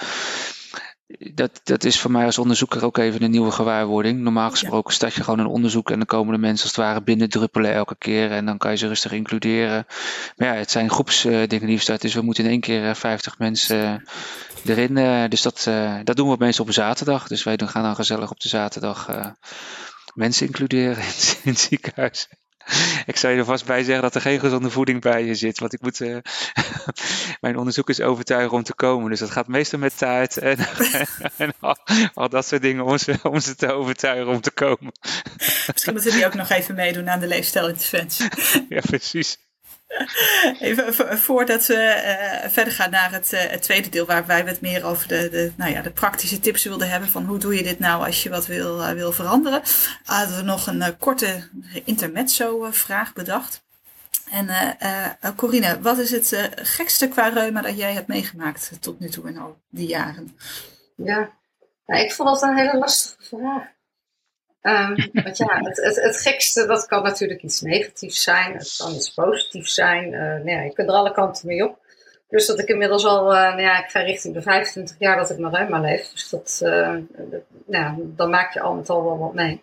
Dat, dat is voor mij als onderzoeker ook even een nieuwe gewaarwording. Normaal gesproken start je gewoon een onderzoek en dan komen de mensen als het ware binnendruppelen elke keer en dan kan je ze rustig includeren. Maar ja, het zijn groepsdingen uh, die we starten, dus we moeten in één keer uh, vijftig mensen uh, erin. Uh, dus dat, uh, dat doen we meestal op een zaterdag. Dus wij gaan dan gezellig op de zaterdag uh, mensen includeren in, in het ziekenhuis. Ik zou je er vast bij zeggen dat er geen gezonde voeding bij je zit. Want ik moet uh, mijn onderzoekers overtuigen om te komen. Dus dat gaat meestal met taart en, en al, al dat soort dingen om ze, om ze te overtuigen om te komen. Misschien moeten die ook nog even meedoen aan de leefstijlinterventie. Ja, precies. Even voordat we uh, verder gaan naar het, uh, het tweede deel, waar wij wat meer over de, de, nou ja, de praktische tips wilden hebben van hoe doe je dit nou als je wat wil, uh, wil veranderen, hadden we nog een uh, korte intermezzo uh, vraag bedacht. En uh, uh, Corine, wat is het uh, gekste qua reuma dat jij hebt meegemaakt tot nu toe in al die jaren? Ja, nou, ik vond dat een hele lastige vraag. Um, want ja, het, het, het gekste, dat kan natuurlijk iets negatiefs zijn. Het kan iets positiefs zijn. Uh, nou ja, je kunt er alle kanten mee op. Dus dat ik inmiddels al, uh, nou ja, ik ga richting de vijfentwintig jaar dat ik met reuma leef. Dus dat, uh, dat, nou, dan maak je al met al wel wat mee.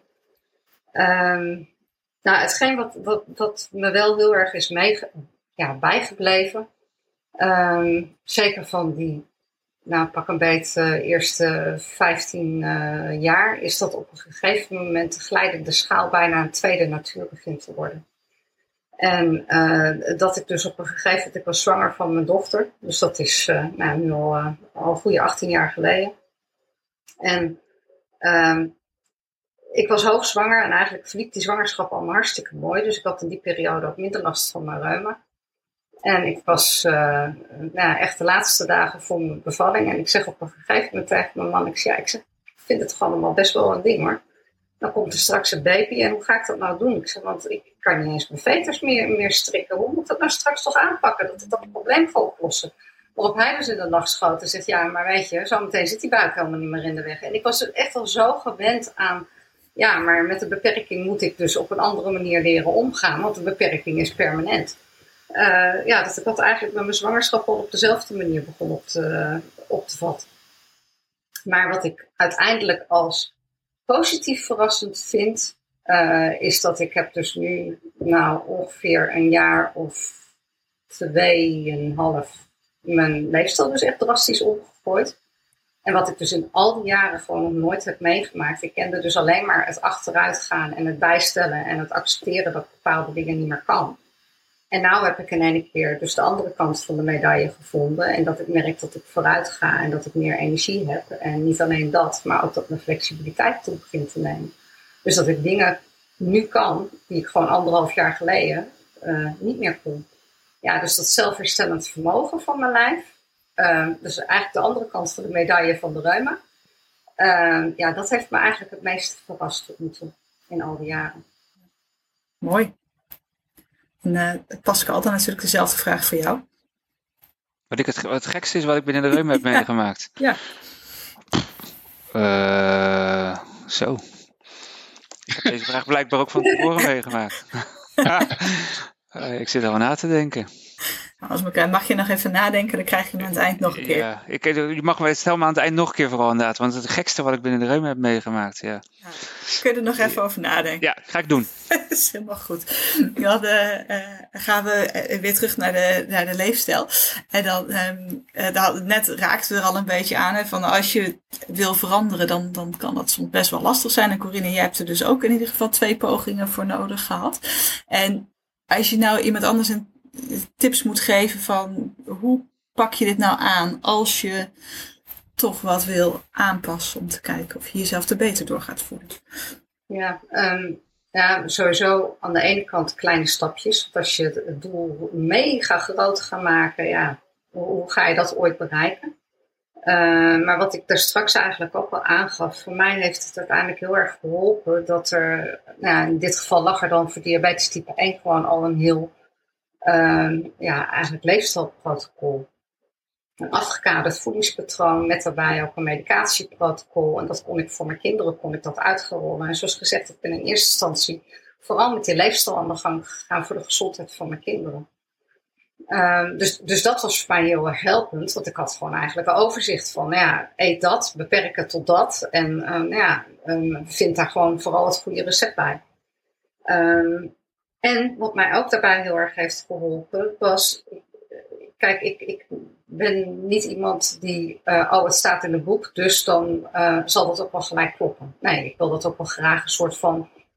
Um, nou, hetgeen wat, wat, wat me wel heel erg is mee, ja, bijgebleven. Um, zeker van die... Nou, pak een beet de uh, eerste vijftien uh, jaar, is dat op een gegeven moment de glijdende schaal bijna een tweede natuur begint te worden. En uh, dat ik dus op een gegeven moment, ik was zwanger van mijn dochter, dus dat is uh, nou, nu al, uh, al een goede achttien jaar geleden. En uh, ik was hoogzwanger en eigenlijk verliep die zwangerschap allemaal hartstikke mooi, dus ik had in die periode ook minder last van mijn reuma. En ik was uh, nou ja, echt de laatste dagen voor mijn bevalling. En ik zeg op een gegeven moment tegen mijn man, ik zeg, ja, ik zeg, ik vind het gewoon allemaal best wel een ding hoor. Dan komt er straks een baby en hoe ga ik dat nou doen? Ik zeg, want ik kan niet eens mijn veters meer, meer strikken. Hoe moet ik dat nou straks toch aanpakken? Dat ik dat probleem ga oplossen. Waarop hij dus in de lach schoot en zegt, ja, maar weet je, zometeen zit die buik helemaal niet meer in de weg. En ik was dus echt al zo gewend aan, ja, maar met de beperking moet ik dus op een andere manier leren omgaan. Want de beperking is permanent. Uh, ja, dat ik dat eigenlijk met mijn zwangerschap al op dezelfde manier begon op te, op te vatten. Maar wat ik uiteindelijk als positief verrassend vind, uh, is dat ik heb dus nu nou ongeveer een jaar of tweeënhalf mijn leefstijl dus echt drastisch omgegooid. En wat ik dus in al die jaren gewoon nog nooit heb meegemaakt. Ik kende dus alleen maar het achteruitgaan en het bijstellen en het accepteren dat bepaalde dingen niet meer kan. En nou heb ik in één keer dus de andere kant van de medaille gevonden. En dat ik merk dat ik vooruit ga en dat ik meer energie heb. En niet alleen dat, maar ook dat mijn flexibiliteit toe begint te nemen. Dus dat ik dingen nu kan die ik gewoon anderhalf jaar geleden uh, niet meer kon. Ja, dus dat zelfherstellend vermogen van mijn lijf. Uh, dus eigenlijk de andere kant van de medaille van de reuma. Uh, ja, dat heeft me eigenlijk het meest verrast tot nu toe in al die jaren. Mooi. En uh, Pascal, dan natuurlijk dezelfde vraag voor jou. Wat, ik het, wat het gekste is wat ik binnen de reuma heb ja. meegemaakt? Ja. Uh, zo. Ik heb deze vraag blijkbaar ook van tevoren meegemaakt. uh, ik zit er al na te denken. Als elkaar mag je nog even nadenken, dan krijg je hem aan het eind nog een keer. Ja, ik, je mag me stel me aan het eind nog een keer vooral inderdaad. Want het gekste wat ik binnen de reuma heb meegemaakt. Ja. Ja, kun je er nog even over nadenken? Ja, ga ik doen. Dat is helemaal goed. We hadden, uh, gaan we weer terug naar de, naar de leefstijl. En dan, um, uh, dat, net raakten we er al een beetje aan. Hè, van als je wil veranderen, dan, dan kan dat soms best wel lastig zijn. En Corine, jij hebt er dus ook in ieder geval twee pogingen voor nodig gehad. En als je nou iemand anders een tips moet geven van hoe pak je dit nou aan als je toch wat wil aanpassen om te kijken of je jezelf er beter door gaat voelen. Ja, um, ja, sowieso aan de ene kant kleine stapjes. Want als je het doel mega groot gaat maken, ja, hoe, hoe ga je dat ooit bereiken? Uh, maar wat ik daar straks eigenlijk ook al aangaf, voor mij heeft het uiteindelijk heel erg geholpen dat er, nou, in dit geval lag er dan voor diabetes type één gewoon al een heel Um, ja, eigenlijk leefstijlprotocol. Een afgekaderd voedingspatroon met daarbij ook een medicatieprotocol. En dat kon ik voor mijn kinderen kon ik dat uitgerollen. En zoals gezegd, ik ben in eerste instantie vooral met die leefstijl aan de gang gegaan voor de gezondheid van mijn kinderen. Um, dus, dus dat was voor mij heel erg helpend. Want ik had gewoon eigenlijk een overzicht van, nou ja, eet dat, beperk het tot dat. En um, nou ja, um, vind daar gewoon vooral het goede recept bij. Um, En wat mij ook daarbij heel erg heeft geholpen was, kijk, ik, ik ben niet iemand die, uh, oh het staat in een boek, dus dan uh, zal dat ook wel gelijk kloppen. Nee, ik wil dat ook wel graag een soort van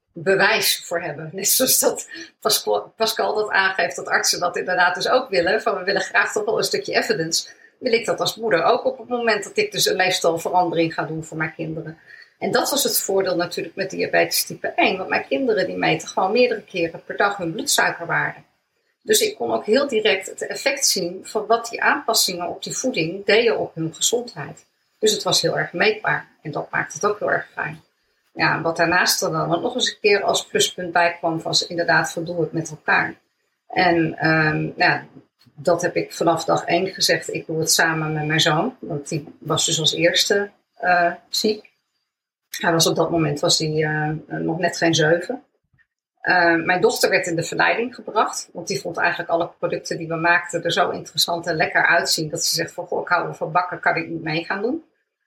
bewijs voor hebben. Net zoals dat Pascal, Pascal dat aangeeft, dat artsen dat inderdaad dus ook willen. Van we willen graag toch wel een stukje evidence. Wil ik dat als moeder ook op het moment dat ik dus een leefstijlverandering ga doen voor mijn kinderen. En dat was het voordeel natuurlijk met diabetes type één. Want mijn kinderen die meten gewoon meerdere keren per dag hun bloedsuikerwaarde. Dus ik kon ook heel direct het effect zien van wat die aanpassingen op die voeding deden op hun gezondheid. Dus het was heel erg meetbaar. En dat maakt het ook heel erg fijn. Ja, wat daarnaast er dan nog eens een keer als pluspunt bij kwam, was inderdaad van doe het met elkaar. En um, ja, dat heb ik vanaf dag één gezegd. Ik doe het samen met mijn zoon. Want die was dus als eerste uh, ziek. Hij was op dat moment was hij, uh, nog net geen zeven. Uh, mijn dochter werd in de verleiding gebracht. Want die vond eigenlijk alle producten die we maakten er zo interessant en lekker uitzien. Dat ze zegt van goh, ik hou er van bakken, kan ik niet mee gaan doen.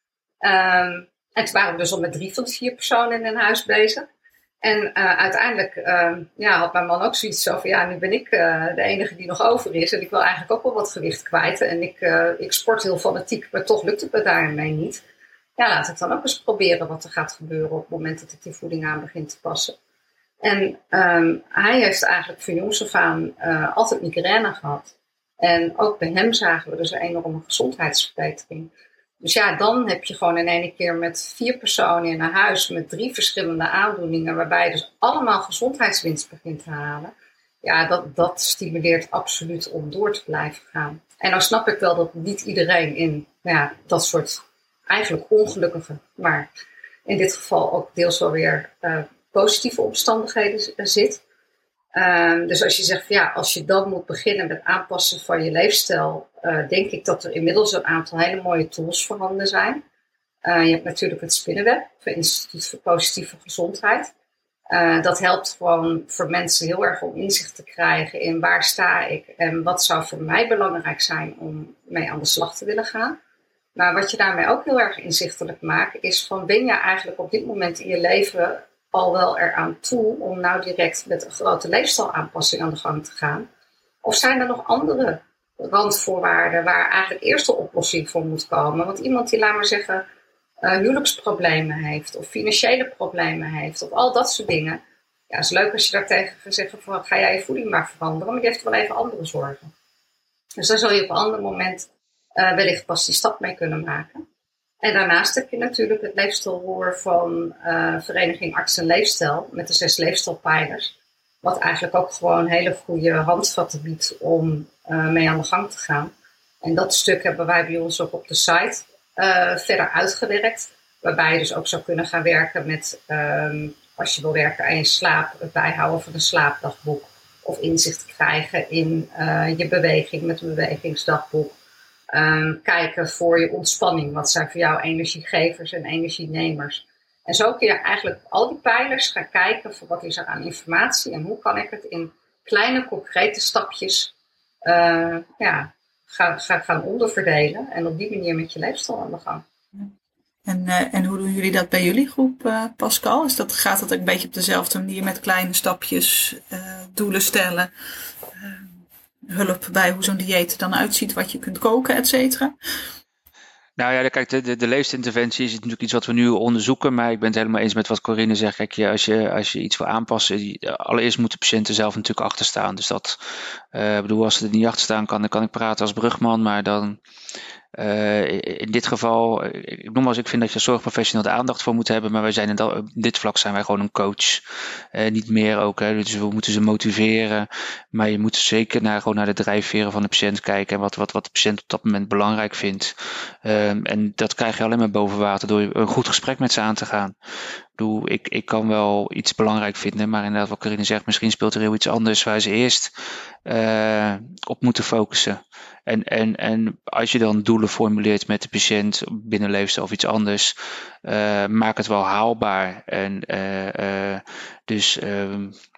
Um, en toen waren we dus al met drie van de vier personen in huis bezig. En uh, uiteindelijk uh, ja, had mijn man ook zoiets van ja, nu ben ik uh, de enige die nog over is. En ik wil eigenlijk ook wel wat gewicht kwijt. En ik, uh, ik sport heel fanatiek, maar toch lukt het me daarmee niet. Ja, laat ik dan ook eens proberen wat er gaat gebeuren op het moment dat ik die voeding aan begin te passen. En um, hij heeft eigenlijk van jongs af aan uh, altijd migraine gehad. En ook bij hem zagen we dus een enorme gezondheidsverbetering. Dus ja, dan heb je gewoon in één keer met vier personen in een huis met drie verschillende aandoeningen, waarbij je dus allemaal gezondheidswinst begint te halen. Ja, dat, dat stimuleert absoluut om door te blijven gaan. En nou snap ik wel dat niet iedereen in nou ja, dat soort eigenlijk ongelukkige, maar in dit geval ook deels wel weer uh, positieve omstandigheden zit. Um, dus als je zegt, ja, als je dan moet beginnen met aanpassen van je leefstijl, uh, denk ik dat er inmiddels een aantal hele mooie tools voorhanden zijn. Uh, je hebt natuurlijk het Spinnenweb, het Instituut voor Positieve Gezondheid. Uh, dat helpt gewoon voor mensen heel erg om inzicht te krijgen in waar sta ik en wat zou voor mij belangrijk zijn om mee aan de slag te willen gaan. Maar wat je daarmee ook heel erg inzichtelijk maakt, is van ben je eigenlijk op dit moment in je leven al wel eraan toe om nou direct met een grote leefstijlaanpassing aan de gang te gaan? Of zijn er nog andere randvoorwaarden waar eigenlijk eerst de oplossing voor moet komen? Want iemand die, laat maar zeggen, uh, huwelijksproblemen heeft of financiële problemen heeft of al dat soort dingen. Ja, het is leuk als je daar tegen gaat zeggen van ga jij je voeding maar veranderen, maar die heeft wel even andere zorgen. Dus daar zal je op een ander moment uh, wellicht pas die stap mee kunnen maken. En daarnaast heb je natuurlijk het leefstijlroer van uh, Vereniging Arts en Leefstijl met de zes leefstijlpijlers. Wat eigenlijk ook gewoon hele goede handvatten biedt om uh, mee aan de gang te gaan. En dat stuk hebben wij bij ons ook op de site uh, verder uitgewerkt. Waarbij je dus ook zou kunnen gaan werken met, um, als je wil werken aan je slaap, het bijhouden van een slaapdagboek. Of inzicht krijgen in uh, je beweging met een bewegingsdagboek. Um, kijken voor je ontspanning. Wat zijn voor jou energiegevers en energienemers. En zo kun je eigenlijk al die pijlers gaan kijken voor wat is er aan informatie. En hoe kan ik het in kleine concrete stapjes uh, ja, gaan, gaan, gaan onderverdelen. En op die manier met je leefstijl aan de gang. En, uh, en hoe doen jullie dat bij jullie groep, uh, Pascal? Is dat, gaat dat ook een beetje op dezelfde manier met kleine stapjes, uh, doelen stellen? Uh, hulp bij hoe zo'n dieet er dan uitziet, wat je kunt koken, et cetera? Nou ja, kijk, de, de, de leefstijlinterventie is natuurlijk iets wat we nu onderzoeken, maar ik ben het helemaal eens met wat Corinne zegt. Kijk, ja, als, je, als je iets wil aanpassen, die, allereerst moet de patiënt er zelf natuurlijk achter staan. Dus dat, uh, bedoel, als ze er niet achter staan, kan, dan kan ik praten als brugman, maar dan... Uh, in dit geval, ik noem als ik vind dat je als zorgprofessional de aandacht voor moet hebben, maar wij zijn in, dat, in dit vlak zijn wij gewoon een coach, uh, niet meer ook. Hè. Dus we moeten ze motiveren, maar je moet zeker naar, gewoon naar de drijfveren van de patiënt kijken en wat, wat, wat de patiënt op dat moment belangrijk vindt. Um, en dat krijg je alleen maar boven water door een goed gesprek met ze aan te gaan. Ik bedoel, ik, ik kan wel iets belangrijk vinden, maar inderdaad wat Corinne zegt, misschien speelt er heel iets anders waar ze eerst uh, op moeten focussen. En, en, en als je dan doelen formuleert met de patiënt binnen leefstijl of iets anders, uh, maak het wel haalbaar. En uh, uh, dus uh,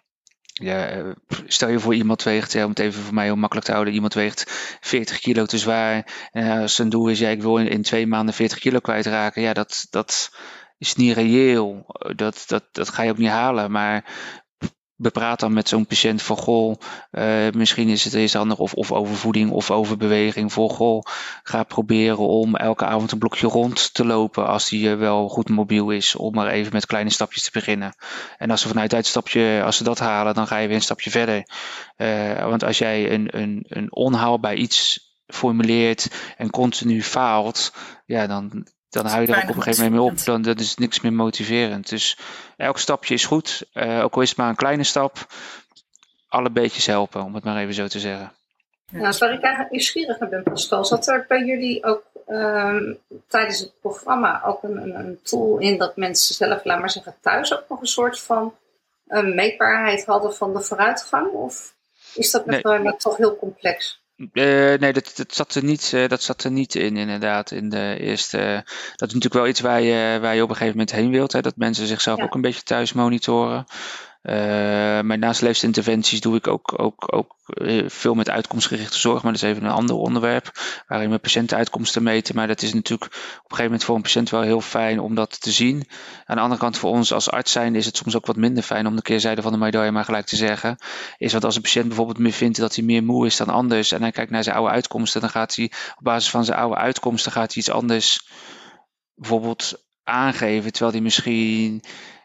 ja, stel je voor iemand weegt, ja, om het even voor mij heel makkelijk te houden, iemand weegt veertig kilo te zwaar. En als zijn doel is, ja, ik wil in, in twee maanden veertig kilo kwijtraken, ja, dat, dat is niet reëel. Dat, dat, dat ga je ook niet halen, maar bepraat dan met zo'n patiënt van goh, uh, misschien is het eens handig of, of over voeding of over beweging. Voor goh, ga proberen om elke avond een blokje rond te lopen als die uh, wel goed mobiel is. Om maar even met kleine stapjes te beginnen. En als ze vanuit dat stapje, als ze dat halen, dan ga je weer een stapje verder. Uh, want als jij een, een, een onhaalbaar iets formuleert en continu faalt, ja, dan... dan hou je er ook op een gegeven moment mee op. Dan, dan is niks meer motiverend. Dus elk stapje is goed. Uh, ook al is het maar een kleine stap. Alle beetjes helpen, om het maar even zo te zeggen. Nou, waar ik eigenlijk nieuwsgierig naar ben, Pascal. Zat er bij jullie ook um, tijdens het programma ook een, een, een tool in dat mensen zelf, laat maar zeggen, thuis ook nog een soort van uh, meetbaarheid hadden van de vooruitgang? Of is dat met nee. uh, toch heel complex? Uh, nee, dat, dat, zat er niet, uh, dat zat er niet in, inderdaad. In de eerste, uh, dat is natuurlijk wel iets waar je, waar je op een gegeven moment heen wilt. Hè, dat mensen zichzelf ja. ook een beetje thuis monitoren. Uh, maar naast leefstijlinterventies doe ik ook, ook, ook veel met uitkomstgerichte zorg. Maar dat is even een ander onderwerp. Waarin we patiëntenuitkomsten meten. Maar dat is natuurlijk op een gegeven moment voor een patiënt wel heel fijn om dat te zien. Aan de andere kant voor ons als arts zijn is het soms ook wat minder fijn om de keerzijde van de medaille maar gelijk te zeggen. Is dat als een patiënt bijvoorbeeld meer vindt dat hij meer moe is dan anders. En hij kijkt naar zijn oude uitkomsten. Dan gaat hij op basis van zijn oude uitkomsten gaat hij iets anders bijvoorbeeld aangeven. Terwijl hij misschien...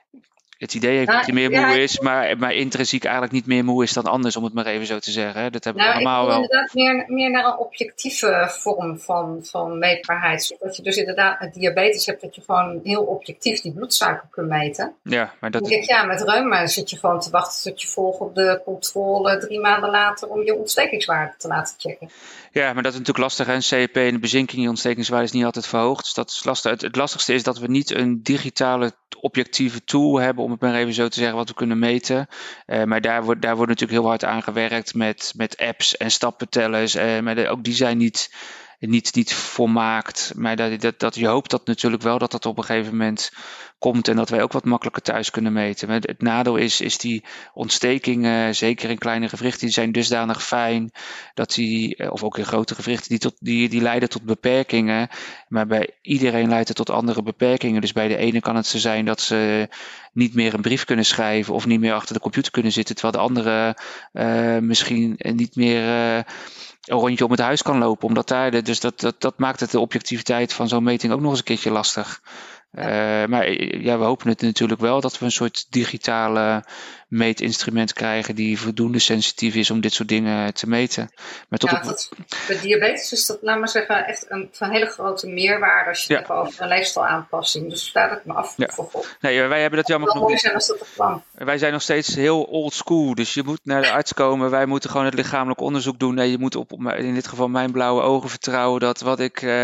het idee heeft dat hij meer ja, moe is, maar, maar intrinsiek eigenlijk niet meer moe is dan anders, om het maar even zo te zeggen. Dat hebben nou, we allemaal ik wil wel. Inderdaad meer, meer naar een objectieve vorm van, van meetbaarheid. Zodat je dus inderdaad met diabetes hebt, dat je gewoon heel objectief die bloedsuiker kunt meten. Ja, maar dat... Dan denk ik, ja, met reuma zit je gewoon te wachten tot je volgende controle drie maanden later om je ontstekingswaarde te laten checken. Ja, maar dat is natuurlijk lastig. Hè? Een C E P en de bezinking, die ontstekingswaarde is niet altijd verhoogd. Dus dat is lastig. Het, het lastigste is dat we niet een digitale objectieve tool hebben, om het maar even zo te zeggen, wat we kunnen meten. Uh, maar daar wordt, daar wordt natuurlijk heel hard aan gewerkt met, met apps en stappentellers. Uh, maar de, ook die zijn niet, niet, niet volmaakt. Maar dat, dat, dat, je hoopt dat natuurlijk wel dat dat op een gegeven moment komt en dat wij ook wat makkelijker thuis kunnen meten. Maar het nadeel is, is die ontstekingen, zeker in kleine gewrichten, die zijn dusdanig fijn dat die, of ook in grote gewrichten, die, tot, die, die leiden tot beperkingen. Maar bij iedereen leidt het tot andere beperkingen. Dus bij de ene kan het zo zijn dat ze niet meer een brief kunnen schrijven of niet meer achter de computer kunnen zitten, terwijl de andere uh, misschien niet meer uh, een rondje om het huis kan lopen. Omdat daar de, dus dat, dat, dat maakt het de objectiviteit van zo'n meting ook nog eens een keertje lastig. Uh, maar ja, we hopen het natuurlijk wel dat we een soort digitale meetinstrument krijgen die voldoende sensitief is om dit soort dingen te meten. Maar tot ja, op... dat, bij diabetes is dat, laat maar zeggen, echt een, een hele grote meerwaarde als je het ja. hebt over een leefstijlaanpassing. Dus daar dat ik me af ja. op. Nee, wij hebben dat jammer genoeg. Mooi zijn als dat er kwam. Wij zijn nog steeds heel old school, dus je moet naar de arts komen. Wij moeten gewoon het lichamelijk onderzoek doen. Nee, je moet op, in dit geval mijn blauwe ogen vertrouwen dat wat ik... Uh,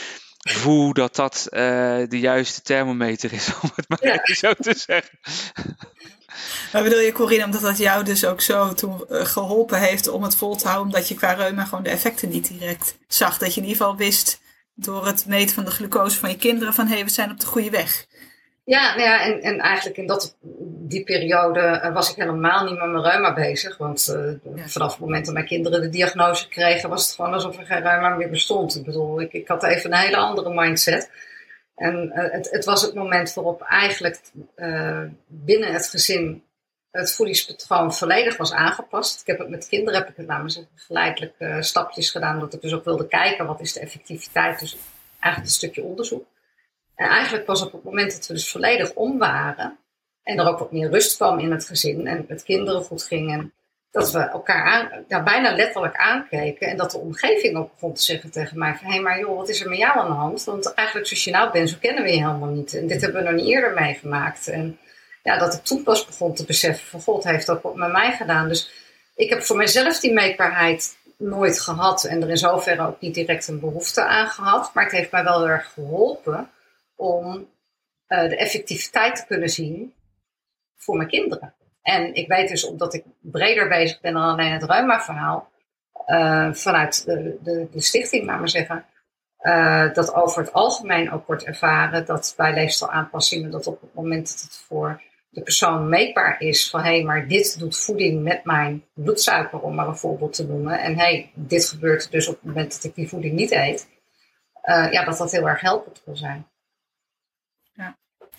voel dat dat uh, de juiste thermometer is, om het maar ja. even zo te zeggen. Maar bedoel je, Corine, omdat dat jou dus ook zo toen uh, geholpen heeft om het vol te houden, omdat je qua reuma gewoon de effecten niet direct zag. Dat je in ieder geval wist, door het meten van de glucose van je kinderen, van hé, hey, we zijn op de goede weg. Ja, nou ja en, en eigenlijk in dat, die periode was ik helemaal niet met mijn reuma bezig. Want uh, ja. vanaf het moment dat mijn kinderen de diagnose kregen, was het gewoon alsof er geen reuma meer bestond. Ik bedoel, ik, ik had even een hele andere mindset. En uh, het, het was het moment waarop eigenlijk uh, binnen het gezin het voedingspatroon volledig was aangepast. Ik heb het met kinderen, heb ik het namelijk geleidelijk uh, stapjes gedaan, omdat ik dus ook wilde kijken wat is de effectiviteit. Dus eigenlijk een stukje onderzoek. En eigenlijk was op het moment dat we dus volledig om waren en er ook wat meer rust kwam in het gezin en met kinderen goed ging en dat we elkaar aan, ja, bijna letterlijk aankeken en dat de omgeving ook begon te zeggen tegen mij van hé, hey, maar joh, wat is er met jou aan de hand? Want eigenlijk zoals je nou bent, zo kennen we je helemaal niet en dit hebben we nog niet eerder meegemaakt. En ja, dat ik toen pas begon te beseffen van God heeft ook wat met mij gedaan. Dus ik heb voor mezelf die meetbaarheid nooit gehad en er in zoverre ook niet direct een behoefte aan gehad, maar het heeft mij wel heel erg geholpen om uh, de effectiviteit te kunnen zien voor mijn kinderen. En ik weet dus, omdat ik breder bezig ben dan alleen het reuma-verhaal, uh, vanuit de, de, de stichting, laat maar zeggen, uh, dat over het algemeen ook wordt ervaren dat bij leefstijlaanpassingen, dat op het moment dat het voor de persoon meetbaar is van hé, hey, maar dit doet voeding met mijn bloedsuiker, om maar een voorbeeld te noemen. En hé, hey, dit gebeurt dus op het moment dat ik die voeding niet eet. Uh, ja, dat dat heel erg helpend wil zijn.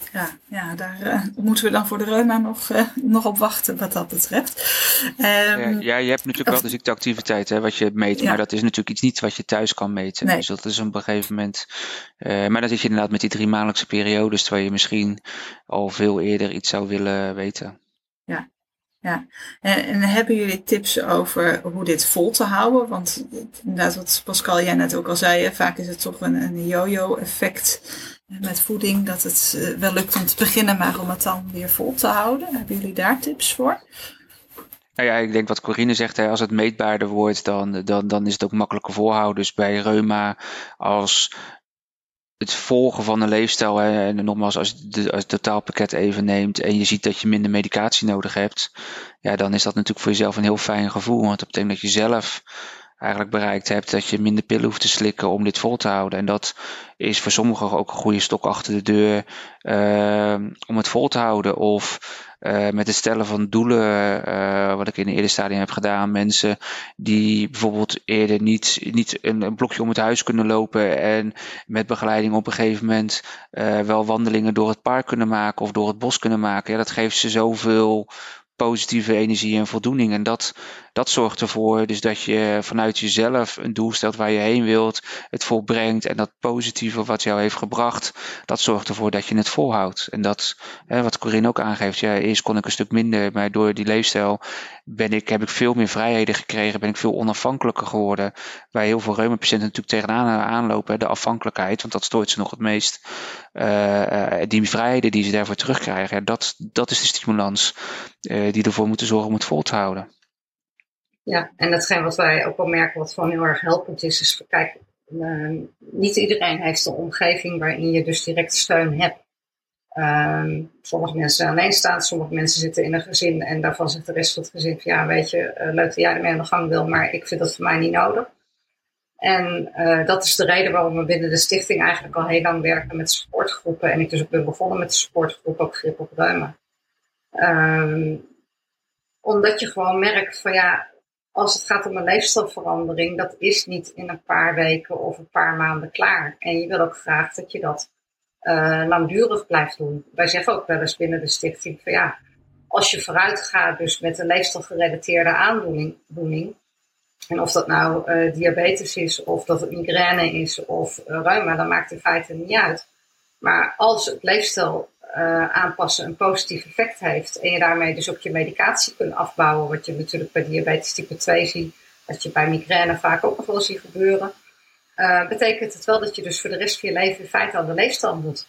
Ja, ja, daar uh, moeten we dan voor de reuma nog, uh, nog op wachten wat dat betreft. Um, ja, ja, je hebt natuurlijk wel de ziekteactiviteit hè, wat je meet, ja. Maar dat is natuurlijk iets niet wat je thuis kan meten. Nee. Dus dat is op een gegeven moment... Uh, maar dan zit je inderdaad met die drie maandelijkse periodes, terwijl je misschien al veel eerder iets zou willen weten. Ja. Ja, en, en hebben jullie tips over hoe dit vol te houden? Want inderdaad, wat Pascal jij net ook al zei, hè, vaak is het toch een, een yo-yo effect met voeding, dat het uh, wel lukt om te beginnen, maar om het dan weer vol te houden. Hebben jullie daar tips voor? Nou ja, ik denk wat Corine zegt, hè, als het meetbaarder wordt, dan, dan, dan is het ook makkelijker volhouden. Dus bij reuma als... het volgen van een leefstijl, hè, en nogmaals, als je de, als het totaalpakket even neemt en je ziet dat je minder medicatie nodig hebt, ja, dan is dat natuurlijk voor jezelf een heel fijn gevoel. Want dat betekent dat je zelf eigenlijk bereikt hebt dat je minder pillen hoeft te slikken om dit vol te houden. En dat is voor sommigen ook een goede stok achter de deur uh, om het vol te houden. Of uh, met het stellen van doelen, uh, wat ik in een eerder stadium heb gedaan. Mensen die bijvoorbeeld eerder niet, niet een, een blokje om het huis kunnen lopen en met begeleiding op een gegeven moment uh, wel wandelingen door het park kunnen maken of door het bos kunnen maken. Ja, dat geeft ze zoveel positieve energie en voldoening. En dat, dat zorgt ervoor dus dat je vanuit jezelf een doel stelt waar je heen wilt, het volbrengt en dat positieve wat jou heeft gebracht, dat zorgt ervoor dat je het volhoudt. En dat, hè, wat Corine ook aangeeft, ja, eerst kon ik een stuk minder, maar door die leefstijl ben ik, heb ik veel meer vrijheden gekregen, ben ik veel onafhankelijker geworden, waar heel veel reumapatiënten natuurlijk tegenaan aanlopen, de afhankelijkheid, want dat stoort ze nog het meest. Uh, uh, die vrijheden die ze daarvoor terugkrijgen, ja, dat, dat is de stimulans uh, die ervoor moeten zorgen om het vol te houden. Ja, en datgene wat wij ook wel merken, wat gewoon heel erg helpend is, is kijk, uh, niet iedereen heeft een omgeving waarin je dus direct steun hebt. Uh, sommige mensen zijn alleenstaand, sommige mensen zitten in een gezin en daarvan zegt de rest van het gezin van ja, weet je, uh, leuk dat jij ermee aan de gang wil, maar ik vind dat voor mij niet nodig. En uh, dat is de reden waarom we binnen de stichting eigenlijk al heel lang werken met supportgroepen. En ik dus ook ben begonnen met de supportgroep, ook grip op reuma. Um, omdat je gewoon merkt van ja, als het gaat om een leefstijlverandering, dat is niet in een paar weken of een paar maanden klaar. En je wil ook graag dat je dat uh, langdurig blijft doen. Wij zeggen ook wel eens binnen de stichting van ja, als je vooruit gaat dus met een leefstijlgerelateerde aandoening, en of dat nou uh, diabetes is, of dat het migraine is, of uh, reuma, dat maakt in feite niet uit. Maar als het leefstijl uh, aanpassen een positief effect heeft en je daarmee dus ook je medicatie kunt afbouwen, wat je natuurlijk bij diabetes type twee ziet, wat je bij migraine vaak ook nog wel ziet gebeuren, uh, betekent het wel dat je dus voor de rest van je leven in feite aan de leefstijl moet.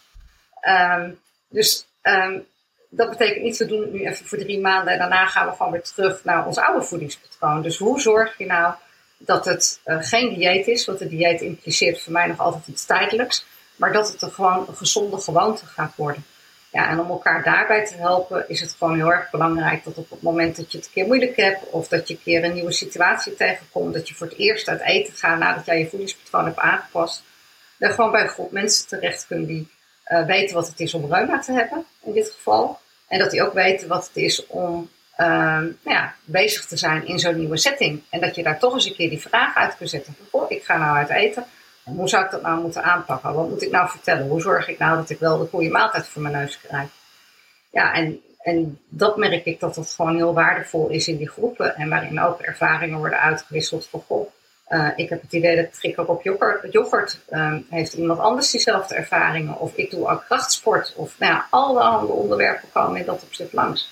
Um, dus um, dat betekent niet, we doen het nu even voor drie maanden en daarna gaan we gewoon weer terug naar ons oude voedingspatroon. Dus hoe zorg je nou dat het uh, geen dieet is, want de dieet impliceert voor mij nog altijd iets tijdelijks, maar dat het er gewoon een gezonde gewoonte gaat worden. Ja, en om elkaar daarbij te helpen is het gewoon heel erg belangrijk dat op het moment dat je het een keer moeilijk hebt of dat je een keer een nieuwe situatie tegenkomt, dat je voor het eerst uit eten gaat nadat jij je voedingspatroon hebt aangepast, dat je gewoon bij een groep mensen terecht kunt die uh, weten wat het is om reuma te hebben in dit geval. En dat die ook weten wat het is om uh, nou ja, bezig te zijn in zo'n nieuwe setting. En dat je daar toch eens een keer die vraag uit kunt zetten. Oh, ik ga nou uit eten. En hoe zou ik dat nou moeten aanpakken? Wat moet ik nou vertellen? Hoe zorg ik nou dat ik wel de goede maaltijd voor mijn neus krijg? Ja, en, en dat merk ik dat het gewoon heel waardevol is in die groepen. En waarin ook ervaringen worden uitgewisseld van goh. Uh, ik heb het idee dat ik trek ook op yoghurt. yoghurt uh, heeft iemand anders diezelfde ervaringen? Of ik doe ook krachtsport. Of nou ja, alle onderwerpen komen in dat opzicht langs.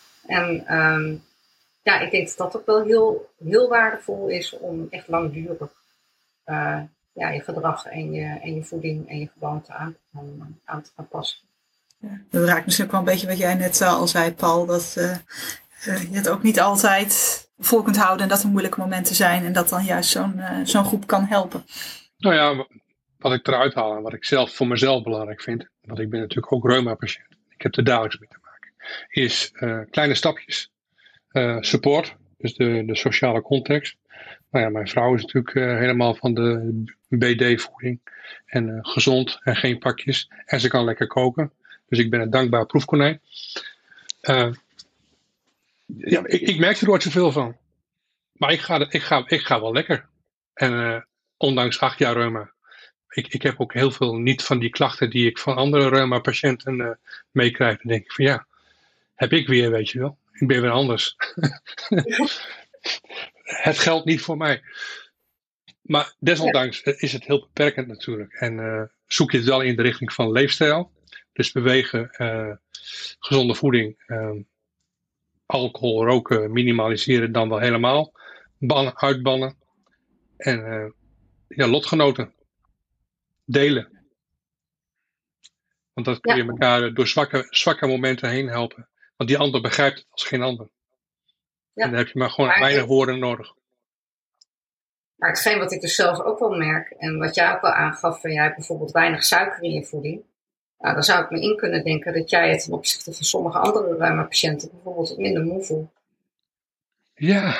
En um, ja, ik denk dat dat ook wel heel, heel waardevol is om echt langdurig uh, ja, je gedrag en je, en je voeding en je gewoonte aan, aan, aan te gaan passen. Ja, dat raakt misschien ook wel een beetje wat jij net al zei, Paul. Dat uh, uh, je het ook niet altijd vol kunt houden en dat er moeilijke momenten zijn en dat dan juist zo'n, uh, zo'n groep kan helpen. Nou ja, wat ik eruit haal en wat ik zelf voor mezelf belangrijk vind, want ik ben natuurlijk ook reuma-patiënt, ik heb er dagelijks mee te maken, is uh, kleine stapjes. Uh, support, dus de, de sociale context. Nou ja, mijn vrouw is natuurlijk uh, helemaal van de B D-voeding en uh, gezond en geen pakjes. En ze kan lekker koken, dus ik ben een dankbaar proefkonijn. Uh, Ja, ik, ik merk er nooit zoveel van. Maar ik ga, ik ga, ik ga wel lekker. En uh, ondanks acht jaar reuma ik, ik heb ook heel veel niet van die klachten die ik van andere reuma-patiënten uh, meekrijg. Dan denk ik van ja, heb ik weer, weet je wel. Ik ben weer anders. Het geldt niet voor mij. Maar desondanks ja. is het heel beperkend natuurlijk. En uh, zoek je het wel in de richting van leefstijl. Dus bewegen, uh, gezonde voeding, uh, alcohol, roken, minimaliseren dan wel helemaal. Bannen, uitbannen. En uh, ja, lotgenoten. Delen. Want dat kun je ja. elkaar door zwakke, zwakke momenten heen helpen. Want die ander begrijpt het als geen ander. Ja. En dan heb je maar gewoon maar weinig het, woorden nodig. Maar hetgeen wat ik dus zelf ook wel merk, en wat jij ook wel aangaf, van jij hebt bijvoorbeeld weinig suiker in je voeding. Nou, dan zou ik me in kunnen denken dat jij het ten opzichte van sommige andere reuma-patiënten bijvoorbeeld wat minder moe voelt. Ja.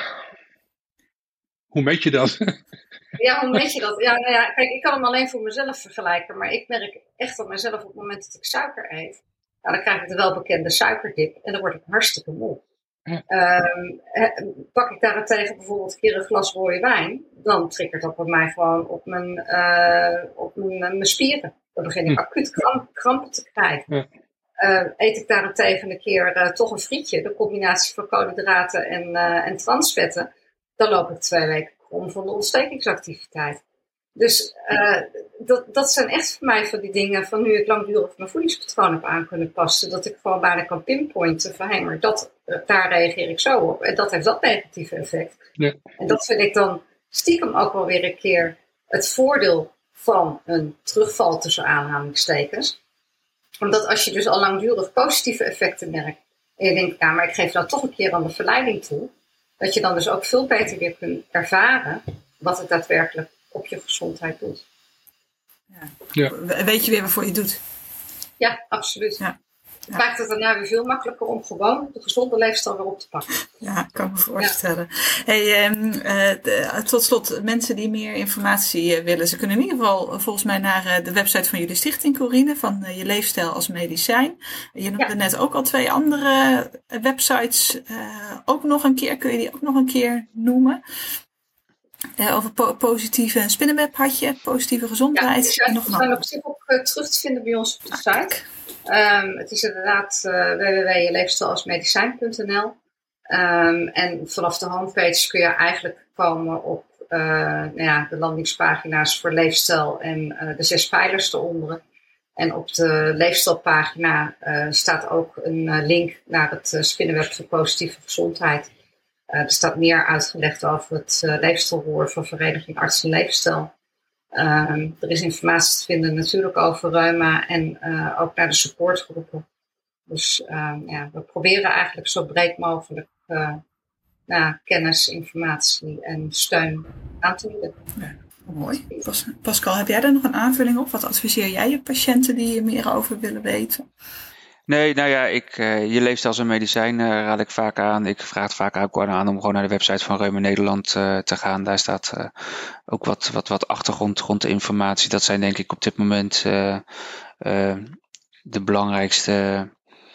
Hoe meet je dat? Ja, hoe meet je dat? Ja, nou ja, kijk, ik kan hem alleen voor mezelf vergelijken, maar ik merk echt aan mezelf op het moment dat ik suiker eet. Nou, dan krijg ik de welbekende suikerdip en dan word ik hartstikke moe. Ja. Um, pak ik daarentegen bijvoorbeeld een keer een glas rode wijn, dan triggert dat bij mij gewoon op mijn, uh, op mijn, mijn spieren. Dan begin ik acuut kramp, krampen te krijgen. Ja. Uh, eet ik daarentegen een keer uh, toch een frietje, de combinatie van koolhydraten en, uh, en transvetten, dan loop ik twee weken krom van de ontstekingsactiviteit. Dus uh, dat, dat zijn echt voor mij van die dingen van nu ik langdurig mijn voedingspatroon heb aan kunnen passen, dat ik gewoon bijna kan pinpointen van hé, maar dat, uh, daar reageer ik zo op. En dat heeft dat negatieve effect. Ja. En dat vind ik dan stiekem ook wel weer een keer het voordeel van een terugval tussen aanhalingstekens. Omdat als je dus al langdurig positieve effecten merkt en je denkt, ja, maar ik geef nou toch een keer aan de verleiding toe, dat je dan dus ook veel beter weer kunt ervaren wat het daadwerkelijk op je gezondheid doet. Ja. Ja. Weet je weer waarvoor je het doet? Ja, absoluut. Ja. Het maakt het daarna weer veel makkelijker om gewoon de gezonde leefstijl weer op te pakken. Ja, ik kan me voorstellen. Ja. Hey, um, uh, de, tot slot, mensen die meer informatie uh, willen, ze kunnen in ieder geval uh, volgens mij naar uh, de website van jullie stichting, Corine, van uh, Je Leefstijl als Medicijn. Je noemde ja. net ook al twee andere uh, websites. Uh, ook nog een keer, kun je die ook nog een keer noemen? Uh, over po- positieve spinnenweb had je, positieve gezondheid. Ja, die zijn, zijn op zich ook uh, terug te vinden bij ons op de site. Um, het is inderdaad uh, w w w punt je leefstijl als medicijn punt n l. Um, en vanaf de homepage kun je eigenlijk komen op uh, nou ja, de landingspagina's voor leefstijl en uh, de zes pijlers eronder. En op de leefstijlpagina uh, staat ook een uh, link naar het uh, spinnenweb voor positieve gezondheid. Uh, er staat meer uitgelegd over het uh, leefstijlroer van Vereniging Arts en Leefstijl. Um, er is informatie te vinden natuurlijk over reuma en uh, ook naar de supportgroepen. Dus um, ja, we proberen eigenlijk zo breed mogelijk uh, nou, kennis, informatie en steun aan te bieden. Ja, mooi. Pas- Pascal, heb jij daar nog een aanvulling op? Wat adviseer jij je patiënten die er meer over willen weten? Nee, nou ja, ik, uh, je leefstijl als een medicijn uh, raad ik vaak aan. Ik vraag het vaak ook aan om gewoon naar de website van Reuma Nederland uh, te gaan. Daar staat uh, ook wat, wat, wat achtergrondinformatie. Dat zijn denk ik op dit moment uh, uh, de belangrijkste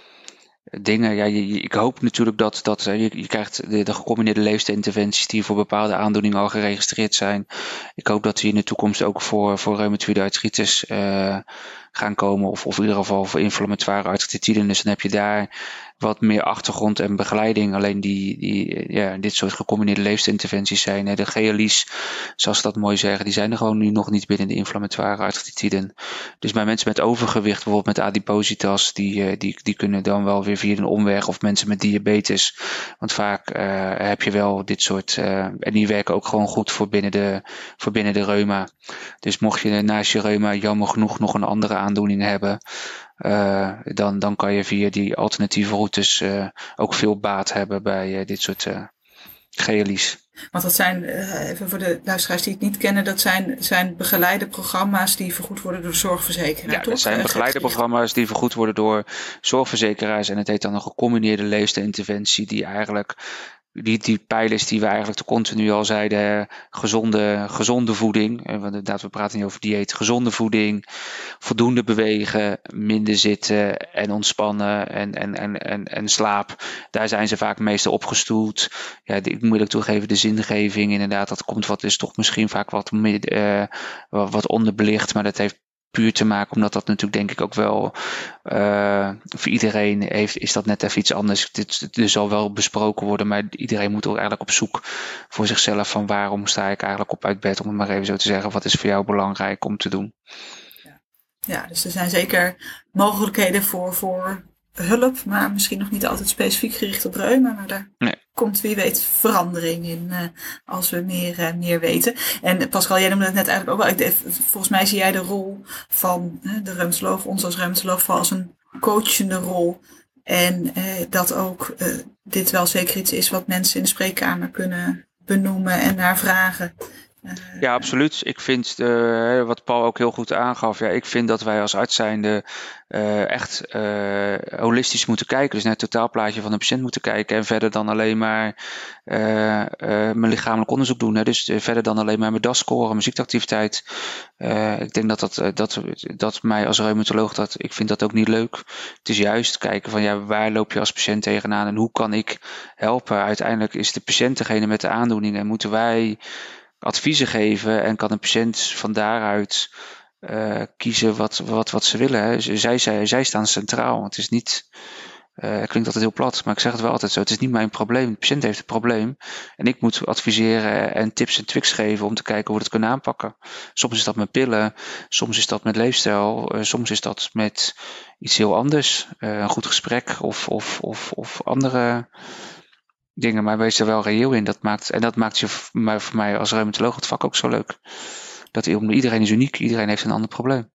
dingen. Ja, je, ik hoop natuurlijk dat, dat uh, je, je krijgt de, de gecombineerde leefstijlinterventies die voor bepaalde aandoeningen al geregistreerd zijn. Ik hoop dat die in de toekomst ook voor, voor reumatoïde artritis uh, gaan komen. Of, of in ieder geval voor inflammatoire artritiden. Dus dan heb je daar wat meer achtergrond en begeleiding. Alleen die, die ja, dit soort gecombineerde leefstijlinterventies zijn. Hè, de G L I's, zoals ze dat mooi zeggen, die zijn er gewoon nu nog niet binnen de inflammatoire artritiden. Dus bij mensen met overgewicht, bijvoorbeeld met adipositas, die, die, die kunnen dan wel weer via een omweg. Of mensen met diabetes. Want vaak uh, heb je wel dit soort, uh, en die werken ook gewoon goed voor binnen de, voor binnen de reuma. Dus mocht je naast je reuma jammer genoeg nog een andere aandoening hebben, Uh, dan, dan kan je via die alternatieve routes uh, ook veel baat hebben bij uh, dit soort uh, G L I's. Want dat zijn, uh, even voor de luisteraars die het niet kennen, dat zijn, zijn begeleide programma's die vergoed worden door de zorgverzekeraar. Ja, toch? dat zijn begeleide programma's die vergoed worden door zorgverzekeraars. En het heet dan een gecombineerde leefstijlinterventie die eigenlijk die, die pijlers die we eigenlijk te continu al zeiden, gezonde, gezonde voeding, want inderdaad we praten niet over dieet, gezonde voeding, voldoende bewegen, minder zitten en ontspannen en, en, en, en, en slaap, daar zijn ze vaak meestal opgestoeld. Ja, ik moet ook toegeven, de zingeving inderdaad, dat komt wat, is toch misschien vaak wat, uh, wat onderbelicht, maar dat heeft puur te maken, omdat dat natuurlijk denk ik ook wel uh, voor iedereen heeft, is dat net even iets anders. Dit, dit zal wel besproken worden, maar iedereen moet ook eigenlijk op zoek voor zichzelf van waarom sta ik eigenlijk op uit bed, om het maar even zo te zeggen. Wat is voor jou belangrijk om te doen? Ja, ja, dus er zijn zeker mogelijkheden voor, voor hulp, maar misschien nog niet altijd specifiek gericht op reuma, maar daar nee. komt wie weet verandering in uh, als we meer, uh, meer weten. En Pascal, jij noemde het net eigenlijk ook wel, ik, volgens mij zie jij de rol van uh, de reumatoloog, ons als reumatoloog, voor als een coachende rol. En uh, dat ook uh, dit wel zeker iets is wat mensen in de spreekkamer kunnen benoemen en naar vragen. Uh, ja, absoluut. Ik vind, uh, wat Paul ook heel goed aangaf, ja, ik vind dat wij als arts zijnde uh, echt uh, holistisch moeten kijken. Dus naar het totaalplaatje van de patiënt moeten kijken. En verder dan alleen maar uh, uh, mijn lichamelijk onderzoek doen. Hè. Dus uh, verder dan alleen maar mijn D A S-score, mijn ziekteactiviteit. Uh, ik denk dat dat, uh, dat dat mij als reumatoloog, dat, ik vind dat ook niet leuk. Het is juist kijken van ja, waar loop je als patiënt tegenaan en hoe kan ik helpen? Uiteindelijk is de patiënt degene met de aandoening en moeten wij adviezen geven en kan een patiënt van daaruit uh, kiezen wat, wat, wat ze willen. Hè. Zij, zij, zij staan centraal. Het is niet, uh, het klinkt altijd heel plat, maar ik zeg het wel altijd zo. Het is niet mijn probleem. De patiënt heeft een probleem. En ik moet adviseren en tips en tricks geven om te kijken hoe we het kunnen aanpakken. Soms is dat met pillen, soms is dat met leefstijl, uh, soms is dat met iets heel anders. Uh, een goed gesprek of, of, of, of andere dingen, maar wees er wel reëel in. Dat maakt, en dat maakt je voor mij als reumatoloog het vak ook zo leuk. Dat iedereen is uniek, iedereen heeft een ander probleem.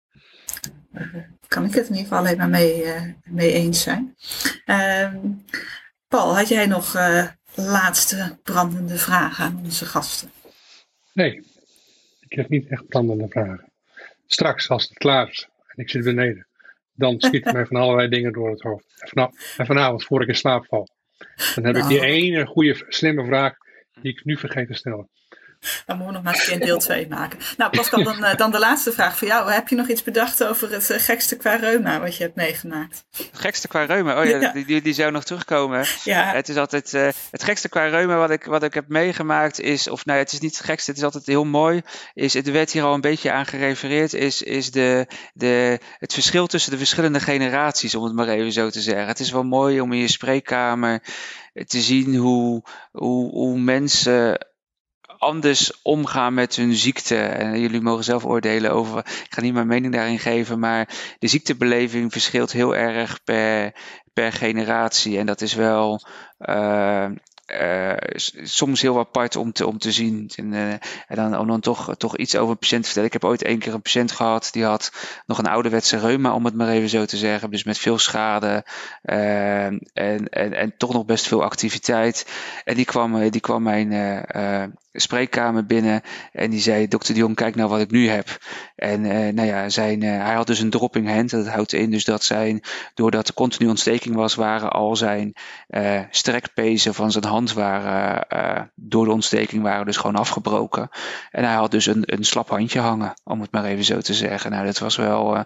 Kan ik het in ieder geval alleen maar mee, uh, mee eens zijn. Uh, Paul, had jij nog uh, laatste brandende vragen aan onze gasten? Nee, ik heb niet echt brandende vragen. Straks, als het klaar is en ik zit beneden, dan schieten mij van allerlei dingen door het hoofd. En, vanaf, en vanavond, voor ik in slaap val, dan heb nou, ik die ene goede, slimme vraag die ik nu vergeet te stellen. Dan moeten we nog maar eens een keer deel twee maken. Nou Pascal, dan, uh, dan de laatste vraag voor jou. Heb je nog iets bedacht over het uh, gekste qua reuma wat je hebt meegemaakt? Het gekste qua reuma? Oh ja, ja. Die, die zou nog terugkomen. Ja. Het is altijd, uh, het gekste qua reuma wat ik, wat ik heb meegemaakt is, of nou ja, het is niet het gekste, het is altijd heel mooi, is, het werd hier al een beetje aan gerefereerd, is, is de, de, het verschil tussen de verschillende generaties, om het maar even zo te zeggen. Het is wel mooi om in je spreekkamer te zien hoe, hoe, hoe mensen anders omgaan met hun ziekte. En jullie mogen zelf oordelen over, ik ga niet mijn mening daarin geven, maar de ziektebeleving verschilt heel erg per, per generatie. En dat is wel uh, uh, soms heel apart om te, om te zien. En, uh, en dan, om dan toch, toch iets over een patiënt te vertellen. Ik heb ooit één keer een patiënt gehad, die had nog een ouderwetse reuma, om het maar even zo te zeggen. Dus met veel schade uh, en, en, en toch nog best veel activiteit. En die kwam, die kwam mijn uh, uh, spreekkamer binnen en die zei, dokter de Jong, kijk nou wat ik nu heb. En uh, nou ja, zijn, uh, hij had dus een dropping hand. Dat houdt in dus dat zijn, doordat er continu ontsteking was, waren al zijn uh, strekpezen van zijn hand waren, uh, door de ontsteking waren dus gewoon afgebroken. En hij had dus een, een slap handje hangen, om het maar even zo te zeggen. Nou, dat was wel... Uh,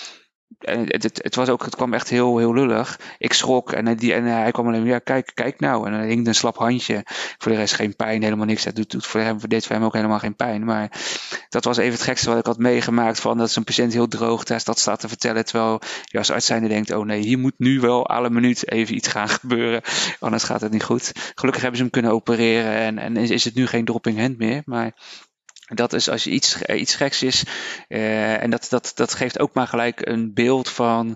Het, het, het, was ook, het kwam echt heel, heel lullig. Ik schrok en, die, en hij kwam alleen maar, ja, kijk, kijk nou. En dan hing een slap handje. Voor de rest geen pijn, helemaal niks. Dat doet, doet voor hem, voor dit voor hem ook helemaal geen pijn. Maar dat was even het gekste wat ik had meegemaakt. Van dat zo'n patiënt heel droog dat staat te vertellen. Terwijl je als arts zijnde denkt, oh nee, hier moet nu wel alle minuut even iets gaan gebeuren. Anders gaat het niet goed. Gelukkig hebben ze hem kunnen opereren. En, en is, is het nu geen dropping hand meer. Maar dat is als je iets, iets geks is. Uh, en dat, dat, dat geeft ook maar gelijk een beeld van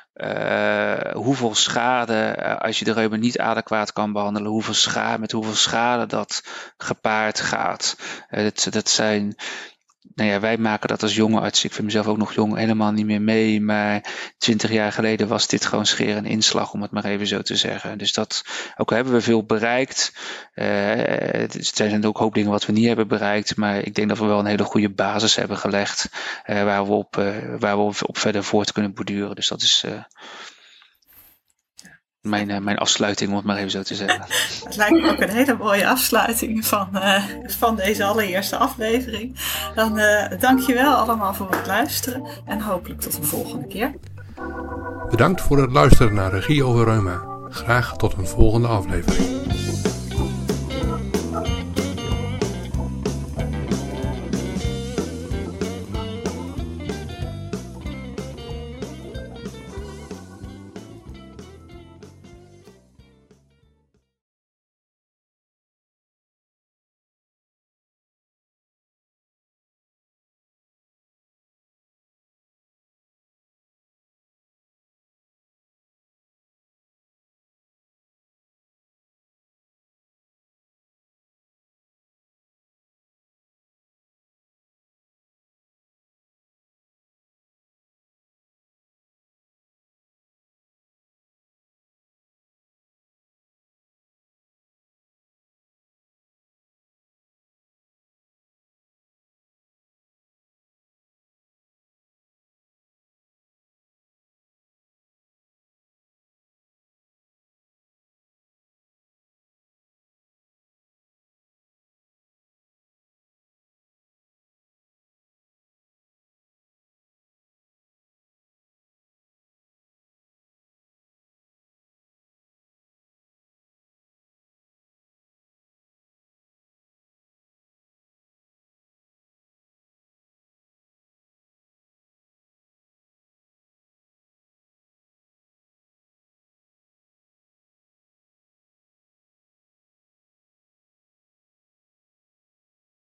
uh, hoeveel schade, uh, als je de reuma niet adequaat kan behandelen, hoeveel schade, met hoeveel schade dat gepaard gaat. Uh, dat, dat zijn... Nou ja, wij maken dat als jonge arts, ik vind mezelf ook nog jong, helemaal niet meer mee. Maar twintig jaar geleden was dit gewoon scheer en inslag, om het maar even zo te zeggen. Dus dat, ook hebben we veel bereikt. Uh, er zijn ook een hoop dingen wat we niet hebben bereikt. Maar ik denk dat we wel een hele goede basis hebben gelegd. Uh, waar we op, uh, waar we op, op verder voort kunnen borduren. Dus dat is... Uh... mijn, uh, mijn afsluiting, om het maar even zo te zeggen. Het lijkt me ook een hele mooie afsluiting van, uh, van deze allereerste aflevering. Dan uh, dank je wel allemaal voor het luisteren en hopelijk tot een volgende keer. Bedankt voor het luisteren naar Regie over Reuma. Graag tot een volgende aflevering.